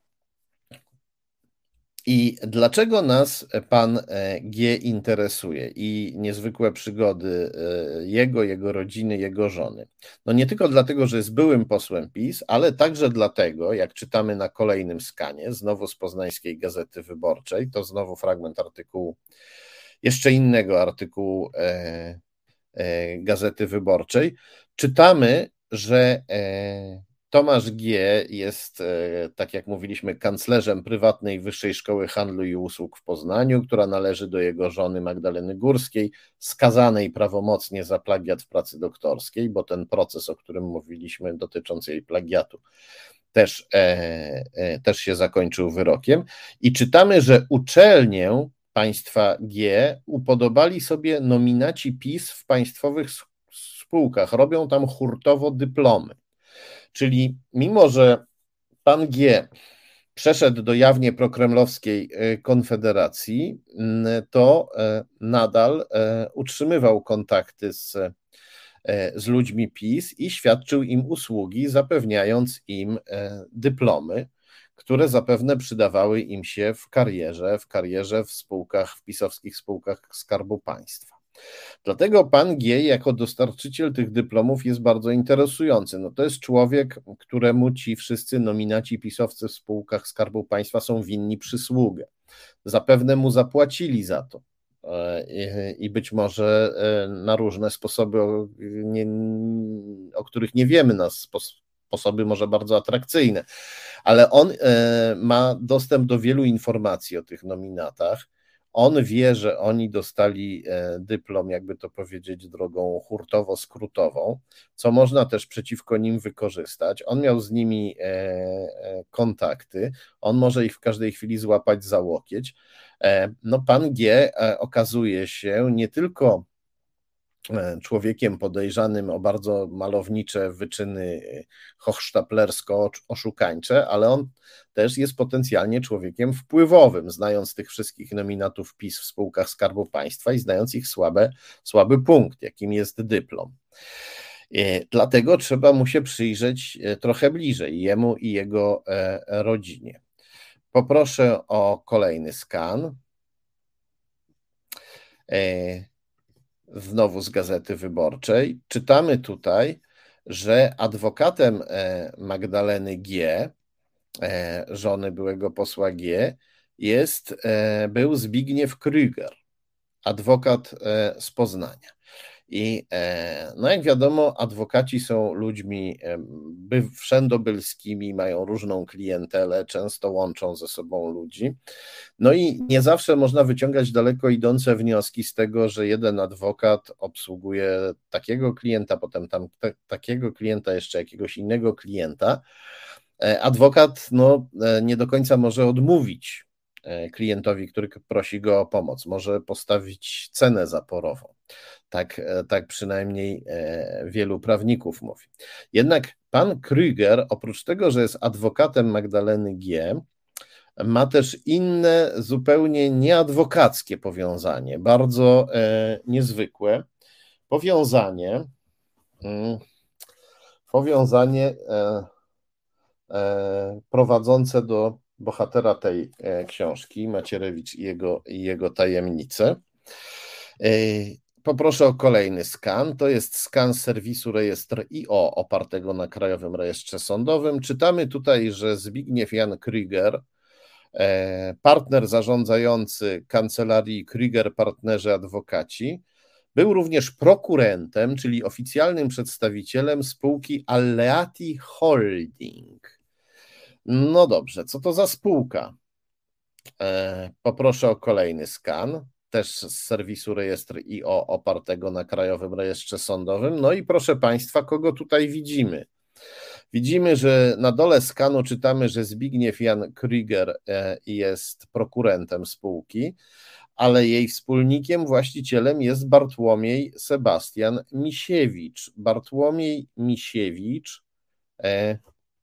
I dlaczego nas pan G interesuje i niezwykłe przygody jego, jego rodziny, jego żony? No nie tylko dlatego, że jest byłym posłem PiS, ale także dlatego, jak czytamy na kolejnym skanie, znowu z Poznańskiej Gazety Wyborczej, to znowu fragment artykułu, jeszcze innego artykułu e, e, Gazety Wyborczej, czytamy, że e, Tomasz G. jest, e, tak jak mówiliśmy, kanclerzem prywatnej Wyższej Szkoły Handlu i Usług w Poznaniu, która należy do jego żony Magdaleny Górskiej, skazanej prawomocnie za plagiat w pracy doktorskiej, bo ten proces, o którym mówiliśmy, dotyczący jej plagiatu, też, e, e, też się zakończył wyrokiem. I czytamy, że uczelnię państwa G upodobali sobie nominaci PiS w państwowych spółkach. Robią tam hurtowo dyplomy. Czyli mimo, że pan G przeszedł do jawnie prokremlowskiej Konfederacji, to nadal utrzymywał kontakty z, z ludźmi PiS i świadczył im usługi, zapewniając im dyplomy, które zapewne przydawały im się w karierze, w karierze w spółkach, w pisowskich spółkach Skarbu Państwa. Dlatego pan G. jako dostarczyciel tych dyplomów jest bardzo interesujący. No to jest człowiek, któremu ci wszyscy nominaci pisowcy w spółkach Skarbu Państwa są winni przysługę. Zapewne mu zapłacili za to. I być może na różne sposoby, o, nie, o których nie wiemy, na sposoby może bardzo atrakcyjne, ale on ma dostęp do wielu informacji o tych nominatach. On wie, że oni dostali dyplom, jakby to powiedzieć, drogą hurtowo-skrótową, co można też przeciwko nim wykorzystać. On miał z nimi kontakty, on może ich w każdej chwili złapać za łokieć. No, pan G. okazuje się nie tylko człowiekiem podejrzanym o bardzo malownicze wyczyny hochsztaplersko-oszukańcze, ale on też jest potencjalnie człowiekiem wpływowym, znając tych wszystkich nominatów PiS w spółkach Skarbu Państwa i znając ich słabe, słaby punkt, jakim jest dyplom. Dlatego trzeba mu się przyjrzeć trochę bliżej, jemu i jego rodzinie. Poproszę o kolejny skan. Znowu z Gazety Wyborczej. Czytamy tutaj, że adwokatem Magdaleny G., żony byłego posła G., jest, był Zbigniew Krüger, adwokat z Poznania. I no jak wiadomo, adwokaci są ludźmi wszędobylskimi, mają różną klientelę, często łączą ze sobą ludzi. No i nie zawsze można wyciągać daleko idące wnioski z tego, że jeden adwokat obsługuje takiego klienta, potem tam te, takiego klienta, jeszcze jakiegoś innego klienta. Adwokat no, nie do końca może odmówić klientowi, który prosi go o pomoc, może postawić cenę zaporową. Tak, tak przynajmniej wielu prawników mówi. Jednak pan Krüger, oprócz tego, że jest adwokatem Magdaleny G., ma też inne, zupełnie nieadwokackie powiązanie, bardzo e, niezwykłe powiązanie, mm, powiązanie e, e, prowadzące do bohatera tej e, książki, Macierewicz i jego, i jego tajemnice. E, Poproszę o kolejny skan. To jest skan serwisu Rejestr I O opartego na Krajowym Rejestrze Sądowym. Czytamy tutaj, że Zbigniew Jan Krüger, partner zarządzający kancelarii Krüger Partnerzy Adwokaci, Był również prokurentem, czyli oficjalnym przedstawicielem spółki Aleati Holding. No dobrze, co to za spółka? Poproszę o kolejny skan, też z serwisu Rejestr I O opartego na Krajowym Rejestrze Sądowym. No i proszę Państwa, kogo tutaj widzimy? Widzimy, że na dole skanu czytamy, że Zbigniew Jan Kryger jest prokurentem spółki, ale jej wspólnikiem, właścicielem jest Bartłomiej Sebastian Misiewicz. Bartłomiej Misiewicz, e,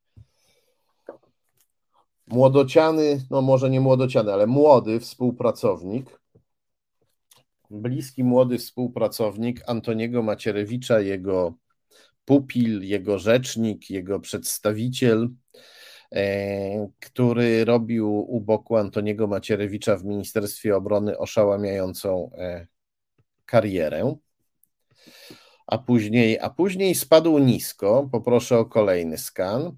młodociany, no może nie młodociany, ale młody współpracownik, bliski młody współpracownik Antoniego Macierewicza, jego pupil, jego rzecznik, jego przedstawiciel, który robił u boku Antoniego Macierewicza w Ministerstwie Obrony oszałamiającą karierę, a później, a później spadł nisko. Poproszę o kolejny skan.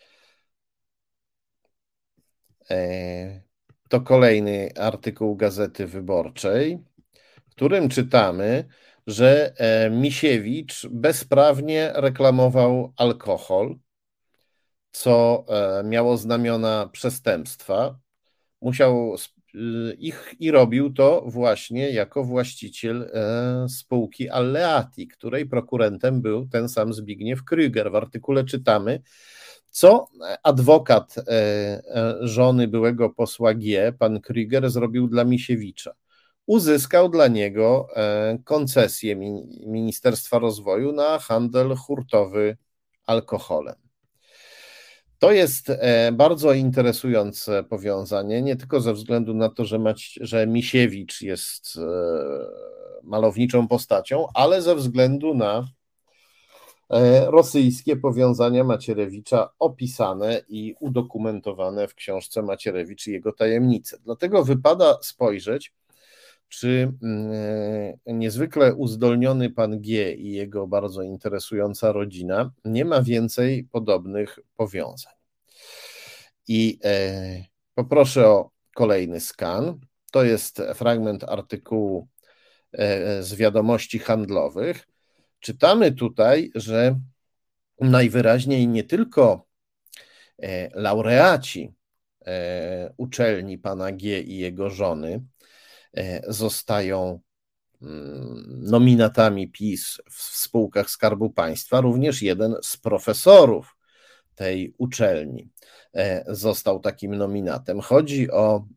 To kolejny artykuł Gazety Wyborczej, w którym czytamy, że Misiewicz bezprawnie reklamował alkohol, co miało znamiona przestępstwa. Musiał ich i robił to właśnie jako właściciel spółki Aleati, której prokurentem był ten sam Zbigniew Kryger. W artykule czytamy, co adwokat żony byłego posła G, pan Kryger, zrobił dla Misiewicza. Uzyskał dla niego koncesję Ministerstwa Rozwoju na handel hurtowy alkoholem. To jest bardzo interesujące powiązanie, nie tylko ze względu na to, że, Mac- że Misiewicz jest malowniczą postacią, ale ze względu na rosyjskie powiązania Macierewicza opisane i udokumentowane w książce Macierewicz i jego tajemnice. Dlatego wypada spojrzeć, czy niezwykle uzdolniony pan G i jego bardzo interesująca rodzina nie ma więcej podobnych powiązań. I e, poproszę o kolejny skan. To jest fragment artykułu e, z Wiadomości Handlowych. Czytamy tutaj, że najwyraźniej nie tylko e, laureaci e, uczelni pana G i jego żony zostają nominatami PiS w spółkach Skarbu Państwa, również jeden z profesorów tej uczelni został takim nominatem. Chodzi o,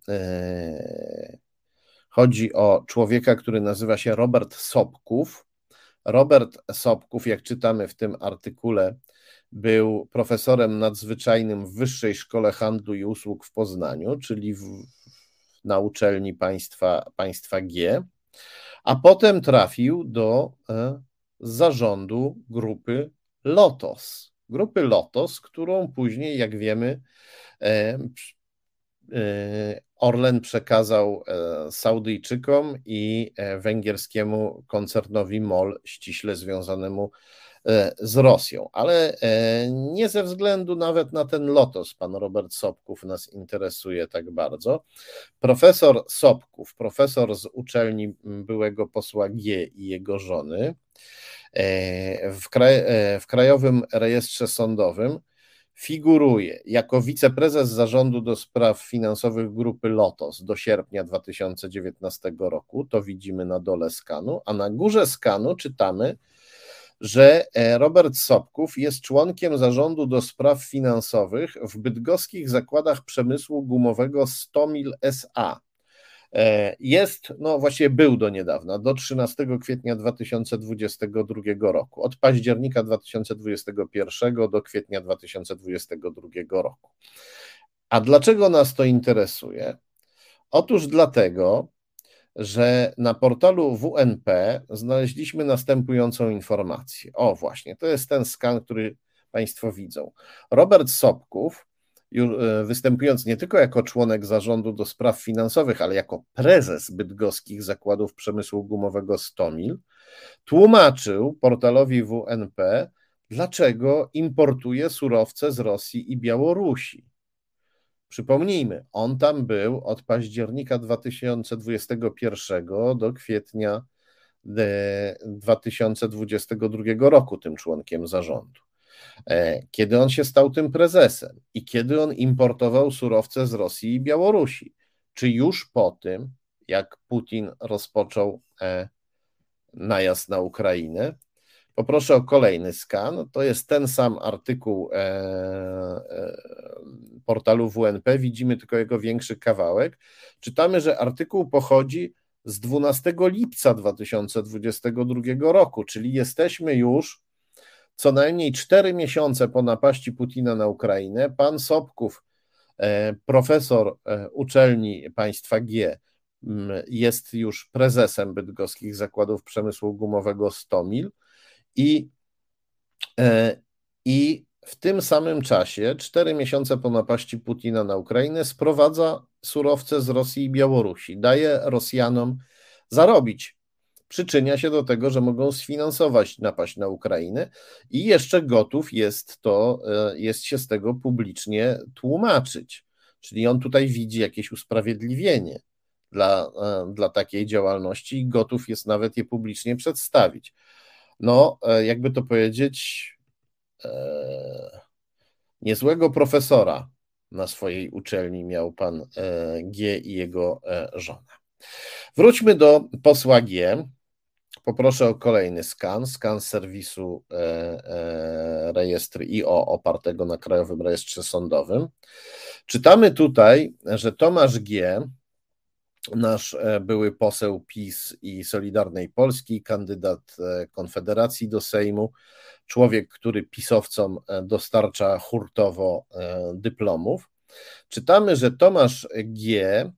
chodzi o człowieka, który nazywa się Robert Sobków. Robert Sobków, jak czytamy w tym artykule, był profesorem nadzwyczajnym w Wyższej Szkole Handlu i Usług w Poznaniu, czyli w na uczelni państwa, państwa G, a potem trafił do e, zarządu grupy Lotos. Grupy Lotos, którą później, jak wiemy, e, e, Orlen przekazał e, Saudyjczykom i e, węgierskiemu koncernowi MOL, ściśle związanemu z Rosją, ale nie ze względu nawet na ten Lotos pan Robert Sobków nas interesuje tak bardzo. Profesor Sobków, profesor z uczelni byłego posła G i jego żony, w, kraj, w Krajowym Rejestrze Sądowym figuruje jako wiceprezes zarządu do spraw finansowych grupy Lotos do sierpnia dwa tysiące dziewiętnastego roku, to widzimy na dole skanu, a na górze skanu czytamy, że Robert Sobków jest członkiem zarządu do spraw finansowych w bydgoskich zakładach przemysłu gumowego Stomil S A. Jest, no właściwie był do niedawna, do trzynastego kwietnia dwa tysiące dwudziestego drugiego roku, od października dwa tysiące dwudziestego pierwszego do kwietnia dwa tysiące dwudziestego drugiego roku. A dlaczego nas to interesuje? Otóż dlatego, że na portalu W N P znaleźliśmy następującą informację. O właśnie, to jest ten skan, który Państwo widzą. Robert Sobków, występując nie tylko jako członek zarządu do spraw finansowych, ale jako prezes bydgoskich zakładów przemysłu gumowego Stomil, tłumaczył portalowi W N P, dlaczego importuje surowce z Rosji i Białorusi. Przypomnijmy, on tam był od października dwa tysiące dwudziestego pierwszego do kwietnia dwa tysiące dwudziestego drugiego roku tym członkiem zarządu. Kiedy on się stał tym prezesem i kiedy on importował surowce z Rosji i Białorusi? Czy już po tym, jak Putin rozpoczął najazd na Ukrainę? Poproszę o kolejny skan. To jest ten sam artykuł portalu W N P. Widzimy tylko jego większy kawałek. Czytamy, że artykuł pochodzi z dwunastego lipca dwa tysiące dwudziestego drugiego roku, czyli jesteśmy już co najmniej cztery miesiące po napaści Putina na Ukrainę. Pan Sobków, profesor uczelni państwa G, jest już prezesem bydgoskich zakładów przemysłu gumowego Stomil i, i w tym samym czasie, cztery miesiące po napaści Putina na Ukrainę, sprowadza surowce z Rosji i Białorusi, daje Rosjanom zarobić. Przyczynia się do tego, że mogą sfinansować napaść na Ukrainę i jeszcze gotów jest to, jest się z tego publicznie tłumaczyć. Czyli on tutaj widzi jakieś usprawiedliwienie dla, dla takiej działalności i gotów jest nawet je publicznie przedstawić. No, jakby to powiedzieć, niezłego profesora na swojej uczelni miał pan G i jego żona. Wróćmy do posła G. Poproszę o kolejny skan, skan serwisu e, e, rejestr I O opartego na Krajowym Rejestrze Sądowym. Czytamy tutaj, że Tomasz G., nasz były poseł PiS i Solidarnej Polski, kandydat Konfederacji do Sejmu, człowiek, który pisowcom dostarcza hurtowo dyplomów. Czytamy, że Tomasz G.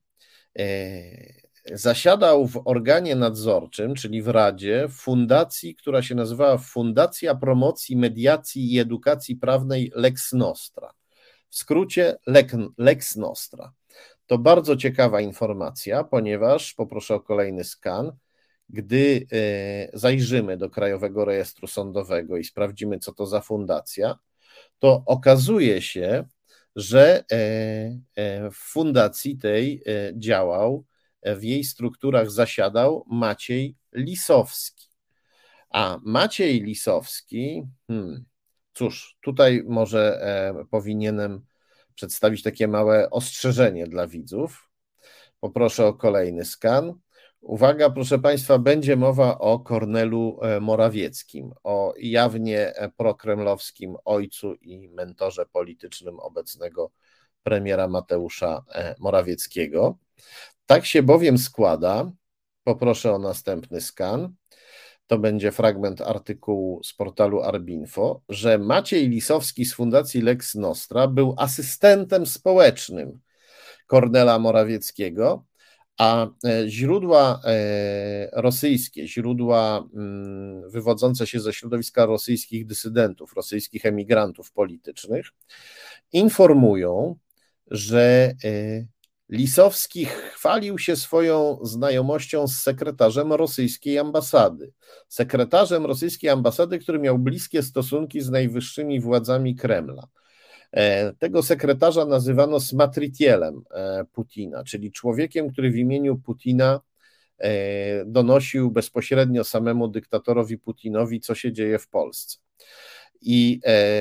zasiadał w organie nadzorczym, czyli w Radzie fundacji, która się nazywała Fundacja Promocji, Mediacji i Edukacji Prawnej Lex Nostra. W skrócie Lex Nostra. To bardzo ciekawa informacja, ponieważ, poproszę o kolejny skan, gdy zajrzymy do Krajowego Rejestru Sądowego i sprawdzimy, co to za fundacja, to okazuje się, że w fundacji tej działał, w jej strukturach zasiadał Maciej Lisowski. A Maciej Lisowski, hmm, cóż, tutaj może e, powinienem przedstawić takie małe ostrzeżenie dla widzów. Poproszę o kolejny skan. Uwaga, proszę Państwa, będzie mowa o Kornelu Morawieckim, o jawnie prokremlowskim ojcu i mentorze politycznym obecnego premiera Mateusza Morawieckiego. Tak się bowiem składa, poproszę o następny skan, to będzie fragment artykułu z portalu Arbinfo, że Maciej Lisowski z Fundacji Lex Nostra był asystentem społecznym Kornela Morawieckiego, a źródła rosyjskie, źródła wywodzące się ze środowiska rosyjskich dysydentów, rosyjskich emigrantów politycznych informują, że Lisowski chwalił się swoją znajomością z sekretarzem rosyjskiej ambasady. Sekretarzem rosyjskiej ambasady, który miał bliskie stosunki z najwyższymi władzami Kremla. Tego sekretarza nazywano smatritielem Putina, czyli człowiekiem, który w imieniu Putina donosił bezpośrednio samemu dyktatorowi Putinowi, co się dzieje w Polsce. I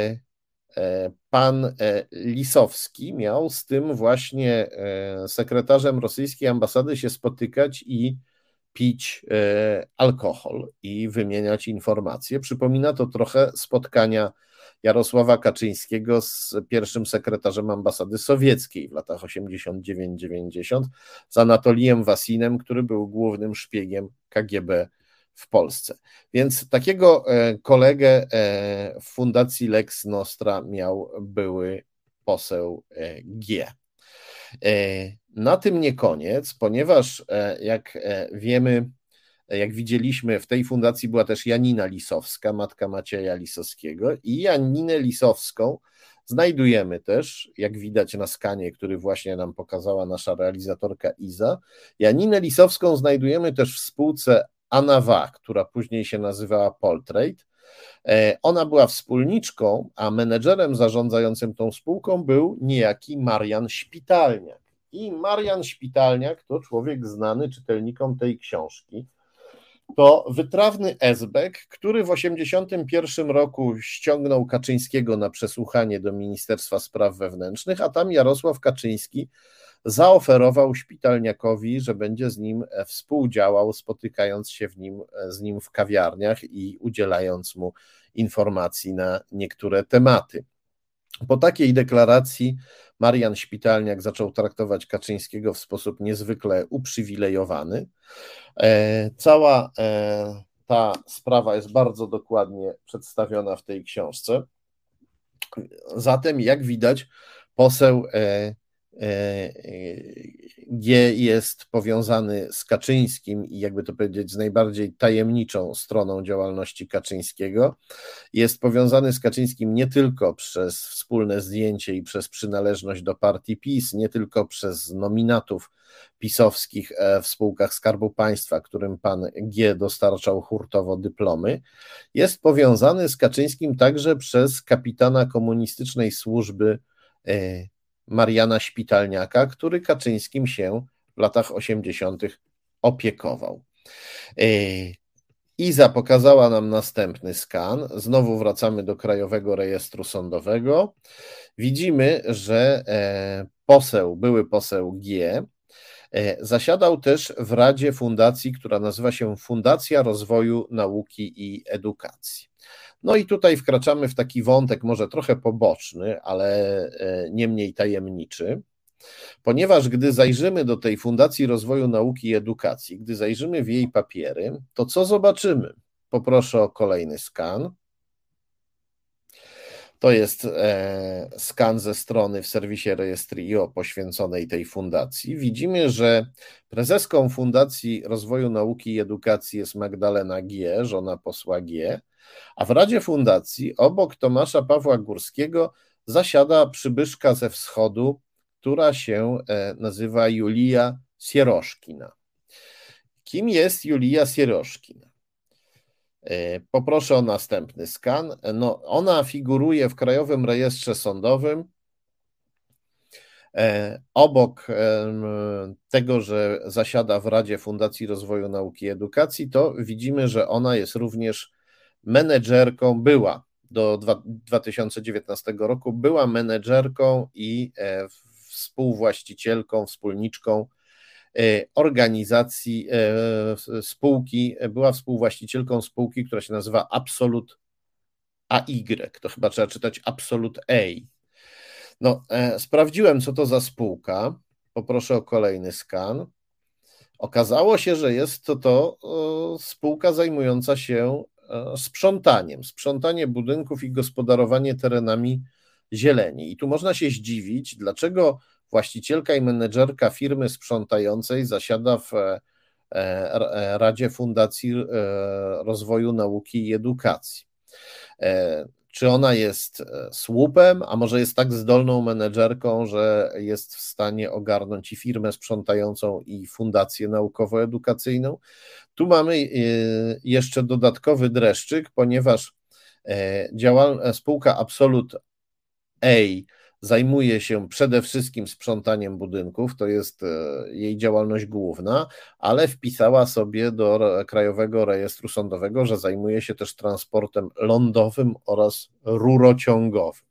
pan Lisowski miał z tym właśnie sekretarzem rosyjskiej ambasady się spotykać i pić alkohol i wymieniać informacje. Przypomina to trochę spotkania Jarosława Kaczyńskiego z pierwszym sekretarzem ambasady sowieckiej w latach osiemdziesiątym dziewiątym dziewięćdziesiątym z Anatolijem Wasinem, który był głównym szpiegiem K G B w Polsce. Więc takiego kolegę w Fundacji Lex Nostra miał były poseł G. Na tym nie koniec, ponieważ jak wiemy, jak widzieliśmy, w tej fundacji była też Janina Lisowska, matka Macieja Lisowskiego, i Janinę Lisowską znajdujemy też, jak widać na skanie, który właśnie nam pokazała nasza realizatorka Iza, Janinę Lisowską znajdujemy też w spółce Anawa, która później się nazywała Poltrade. Ona była wspólniczką, a menedżerem zarządzającym tą spółką był niejaki Marian Szpitalniak. I Marian Szpitalniak to człowiek znany czytelnikom tej książki, to wytrawny esbek, który w osiemdziesiątym pierwszym roku ściągnął Kaczyńskiego na przesłuchanie do Ministerstwa Spraw Wewnętrznych, a tam Jarosław Kaczyński zaoferował Szpitalniakowi, że będzie z nim współdziałał, spotykając się w nim, z nim w kawiarniach i udzielając mu informacji na niektóre tematy. Po takiej deklaracji Marian Szpitalniak zaczął traktować Kaczyńskiego w sposób niezwykle uprzywilejowany. Cała ta sprawa jest bardzo dokładnie przedstawiona w tej książce. Zatem, jak widać, poseł G jest powiązany z Kaczyńskim i jakby to powiedzieć z najbardziej tajemniczą stroną działalności Kaczyńskiego. Jest powiązany z Kaczyńskim nie tylko przez wspólne zdjęcie i przez przynależność do partii PiS, nie tylko przez nominatów pisowskich w spółkach Skarbu Państwa, którym pan G dostarczał hurtowo dyplomy. Jest powiązany z Kaczyńskim także przez kapitana komunistycznej służby Mariana Szpitalniaka, który Kaczyńskim się w latach osiemdziesiątych opiekował. Iza pokazała nam następny skan. Znowu wracamy do Krajowego Rejestru Sądowego. Widzimy, że poseł, były poseł G zasiadał też w Radzie Fundacji, która nazywa się Fundacja Rozwoju Nauki i Edukacji. No i tutaj wkraczamy w taki wątek może trochę poboczny, ale nie mniej tajemniczy, ponieważ gdy zajrzymy do tej Fundacji Rozwoju Nauki i Edukacji, gdy zajrzymy w jej papiery, to co zobaczymy? Poproszę o kolejny skan. To jest skan ze strony w serwisie Rejestrio poświęconej tej fundacji. Widzimy, że prezeską Fundacji Rozwoju Nauki i Edukacji jest Magdalena G., żona posła G., a w Radzie Fundacji obok Tomasza Pawła Górskiego zasiada przybyszka ze wschodu, która się nazywa Julia Sieroszkina. Kim jest Julia Sieroszkina? Poproszę o następny skan. No, ona figuruje w Krajowym Rejestrze Sądowym. Obok tego, że zasiada w Radzie Fundacji Rozwoju Nauki i Edukacji, to widzimy, że ona jest również menedżerką, była do dwa tysiące dziewiętnastego roku, była menedżerką i współwłaścicielką, wspólniczką organizacji spółki, była współwłaścicielką spółki, która się nazywa Absolut A Y, to chyba trzeba czytać Absolut A. No, sprawdziłem, co to za spółka, poproszę o kolejny skan. Okazało się, że jest to, to spółka zajmująca się sprzątaniem, sprzątanie budynków i gospodarowanie terenami zieleni. I tu można się zdziwić, dlaczego właścicielka i menedżerka firmy sprzątającej zasiada w Radzie Fundacji Rozwoju Nauki i Edukacji. Czy ona jest słupem, a może jest tak zdolną menedżerką, że jest w stanie ogarnąć i firmę sprzątającą, i fundację naukowo-edukacyjną? Tu mamy jeszcze dodatkowy dreszczyk, ponieważ działal- spółka Absolut A zajmuje się przede wszystkim sprzątaniem budynków, to jest jej działalność główna, ale wpisała sobie do Krajowego Rejestru Sądowego, że zajmuje się też transportem lądowym oraz rurociągowym.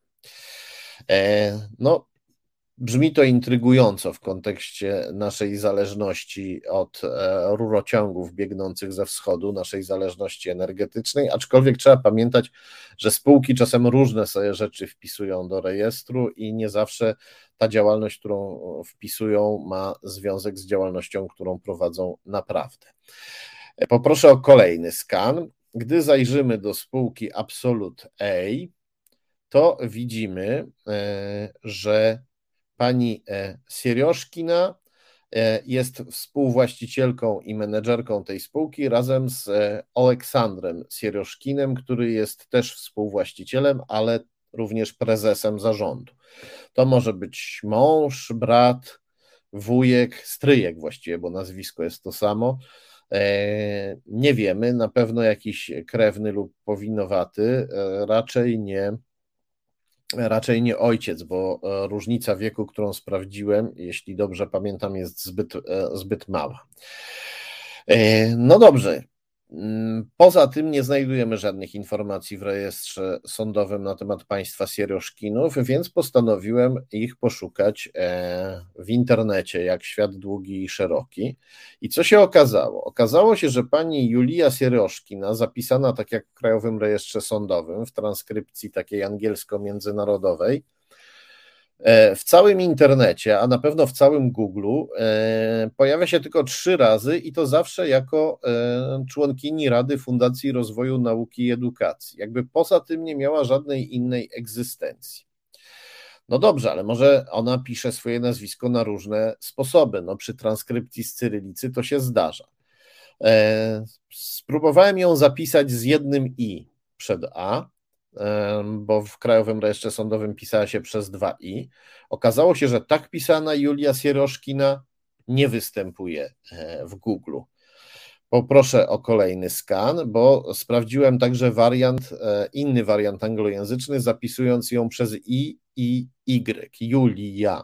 No, brzmi to intrygująco w kontekście naszej zależności od rurociągów biegnących ze wschodu, naszej zależności energetycznej, aczkolwiek trzeba pamiętać, że spółki czasem różne sobie rzeczy wpisują do rejestru i nie zawsze ta działalność, którą wpisują, ma związek z działalnością, którą prowadzą naprawdę. Poproszę o kolejny skan. Gdy zajrzymy do spółki Absolut A, to widzimy, że pani Sieroszkina jest współwłaścicielką i menedżerką tej spółki razem z Oleksandrem Sieroszkinem, który jest też współwłaścicielem, ale również prezesem zarządu. To może być mąż, brat, wujek, stryjek właściwie, bo nazwisko jest to samo. Nie wiemy, na pewno jakiś krewny lub powinowaty, raczej nie Raczej nie ojciec, bo różnica wieku, którą sprawdziłem, jeśli dobrze pamiętam, jest zbyt, zbyt mała. No dobrze, Poza tym nie znajdujemy żadnych informacji w rejestrze sądowym na temat państwa Sieroszkinów, więc postanowiłem ich poszukać w internecie, jak świat długi i szeroki. I co się okazało? Okazało się, że pani Julia Sieroszkina, zapisana tak jak w Krajowym Rejestrze Sądowym, w transkrypcji takiej angielsko-międzynarodowej, w całym internecie, a na pewno w całym Google pojawia się tylko trzy razy i to zawsze jako członkini Rady Fundacji Rozwoju Nauki i Edukacji. Jakby poza tym nie miała żadnej innej egzystencji. No dobrze, ale może ona pisze swoje nazwisko na różne sposoby. No przy transkrypcji z cyrylicy to się zdarza. Spróbowałem ją zapisać z jednym i przed a, bo w Krajowym Rejestrze Sądowym pisała się przez dwa i. Okazało się, że tak pisana Julia Sieroszkina nie występuje w Google. Poproszę o kolejny skan, bo sprawdziłem także wariant, inny wariant anglojęzyczny, zapisując ją przez i i y, Julia.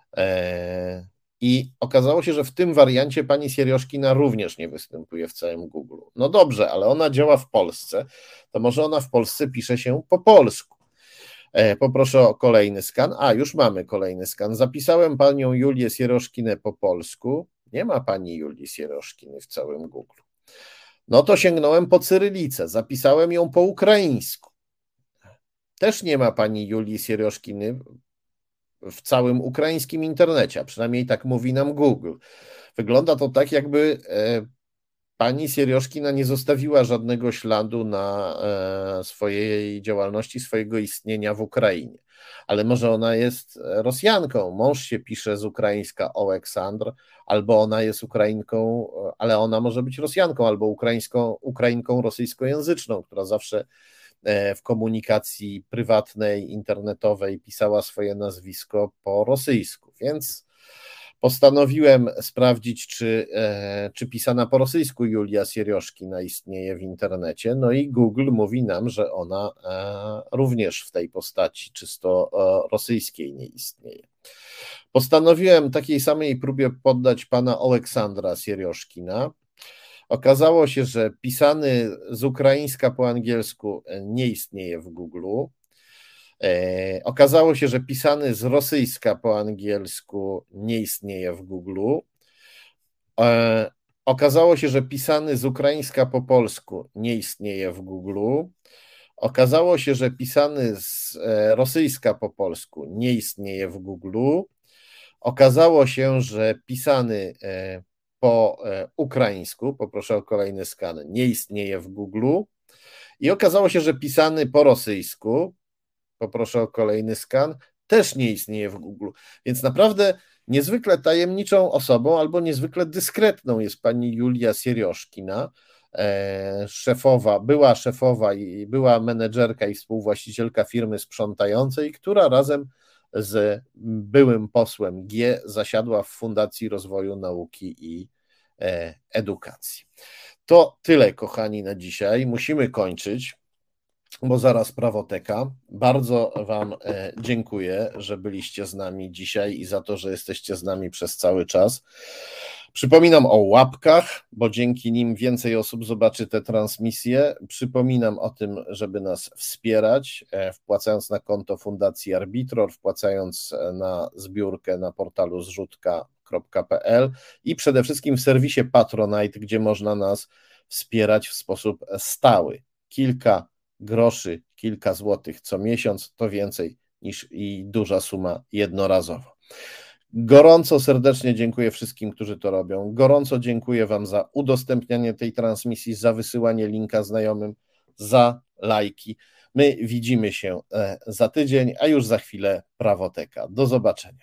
I okazało się, że w tym wariancie pani Sieroszkina również nie występuje w całym Google. No dobrze, ale ona działa w Polsce, to może ona w Polsce pisze się po polsku. Poproszę o kolejny skan. A, już mamy kolejny skan. Zapisałem panią Julię Sieroszkinę po polsku. Nie ma pani Julii Sieroszkiny w całym Google. No to sięgnąłem po cyrylicę. Zapisałem ją po ukraińsku. Też nie ma pani Julii Sieroszkiny w całym ukraińskim internecie, a przynajmniej tak mówi nam Google. Wygląda to tak, jakby pani Sieroszkina nie zostawiła żadnego śladu na swojej działalności, swojego istnienia w Ukrainie. Ale może ona jest Rosjanką, mąż się pisze z ukraińska Oleksandr, albo ona jest Ukrainką, ale ona może być Rosjanką, albo ukraińską, Ukrainką rosyjskojęzyczną, która zawsze w komunikacji prywatnej, internetowej pisała swoje nazwisko po rosyjsku, więc postanowiłem sprawdzić, czy, czy pisana po rosyjsku Julia Sieroszkina istnieje w internecie, no i Google mówi nam, że ona również w tej postaci czysto rosyjskiej nie istnieje. Postanowiłem takiej samej próbie poddać pana Oleksandra Sieroszkina. Okazało się, że pisany z ukraińska po angielsku nie istnieje w Google. E, okazało się, że pisany z rosyjska po angielsku nie istnieje w Google. E, okazało się, że pisany z ukraińska po polsku nie istnieje w Google. Okazało się, że pisany z e, rosyjska po polsku nie istnieje w Google. Okazało się, że pisany e, po ukraińsku, poproszę o kolejny skan, nie istnieje w Google. I okazało się, że pisany po rosyjsku, poproszę o kolejny skan, też nie istnieje w Google. Więc naprawdę niezwykle tajemniczą osobą albo niezwykle dyskretną jest pani Julia Sieroszkina, szefowa, była szefowa i była menedżerka i współwłaścicielka firmy sprzątającej, która razem z byłym posłem G zasiadła w Fundacji Rozwoju Nauki i Edukacji. To tyle, kochani, na dzisiaj. Musimy kończyć, bo zaraz prawoteka. Bardzo wam dziękuję, że byliście z nami dzisiaj i za to, że jesteście z nami przez cały czas. Przypominam o łapkach, bo dzięki nim więcej osób zobaczy te transmisje. Przypominam o tym, żeby nas wspierać, wpłacając na konto Fundacji Arbitror, wpłacając na zbiórkę na portalu zrzutka kropka p l i przede wszystkim w serwisie Patronite, gdzie można nas wspierać w sposób stały. Kilka groszy, kilka złotych co miesiąc to więcej niż i duża suma jednorazowo. Gorąco serdecznie dziękuję wszystkim, którzy to robią. Gorąco dziękuję wam za udostępnianie tej transmisji, za wysyłanie linka znajomym, za lajki. My widzimy się za tydzień, a już za chwilę prawoteka. Do zobaczenia.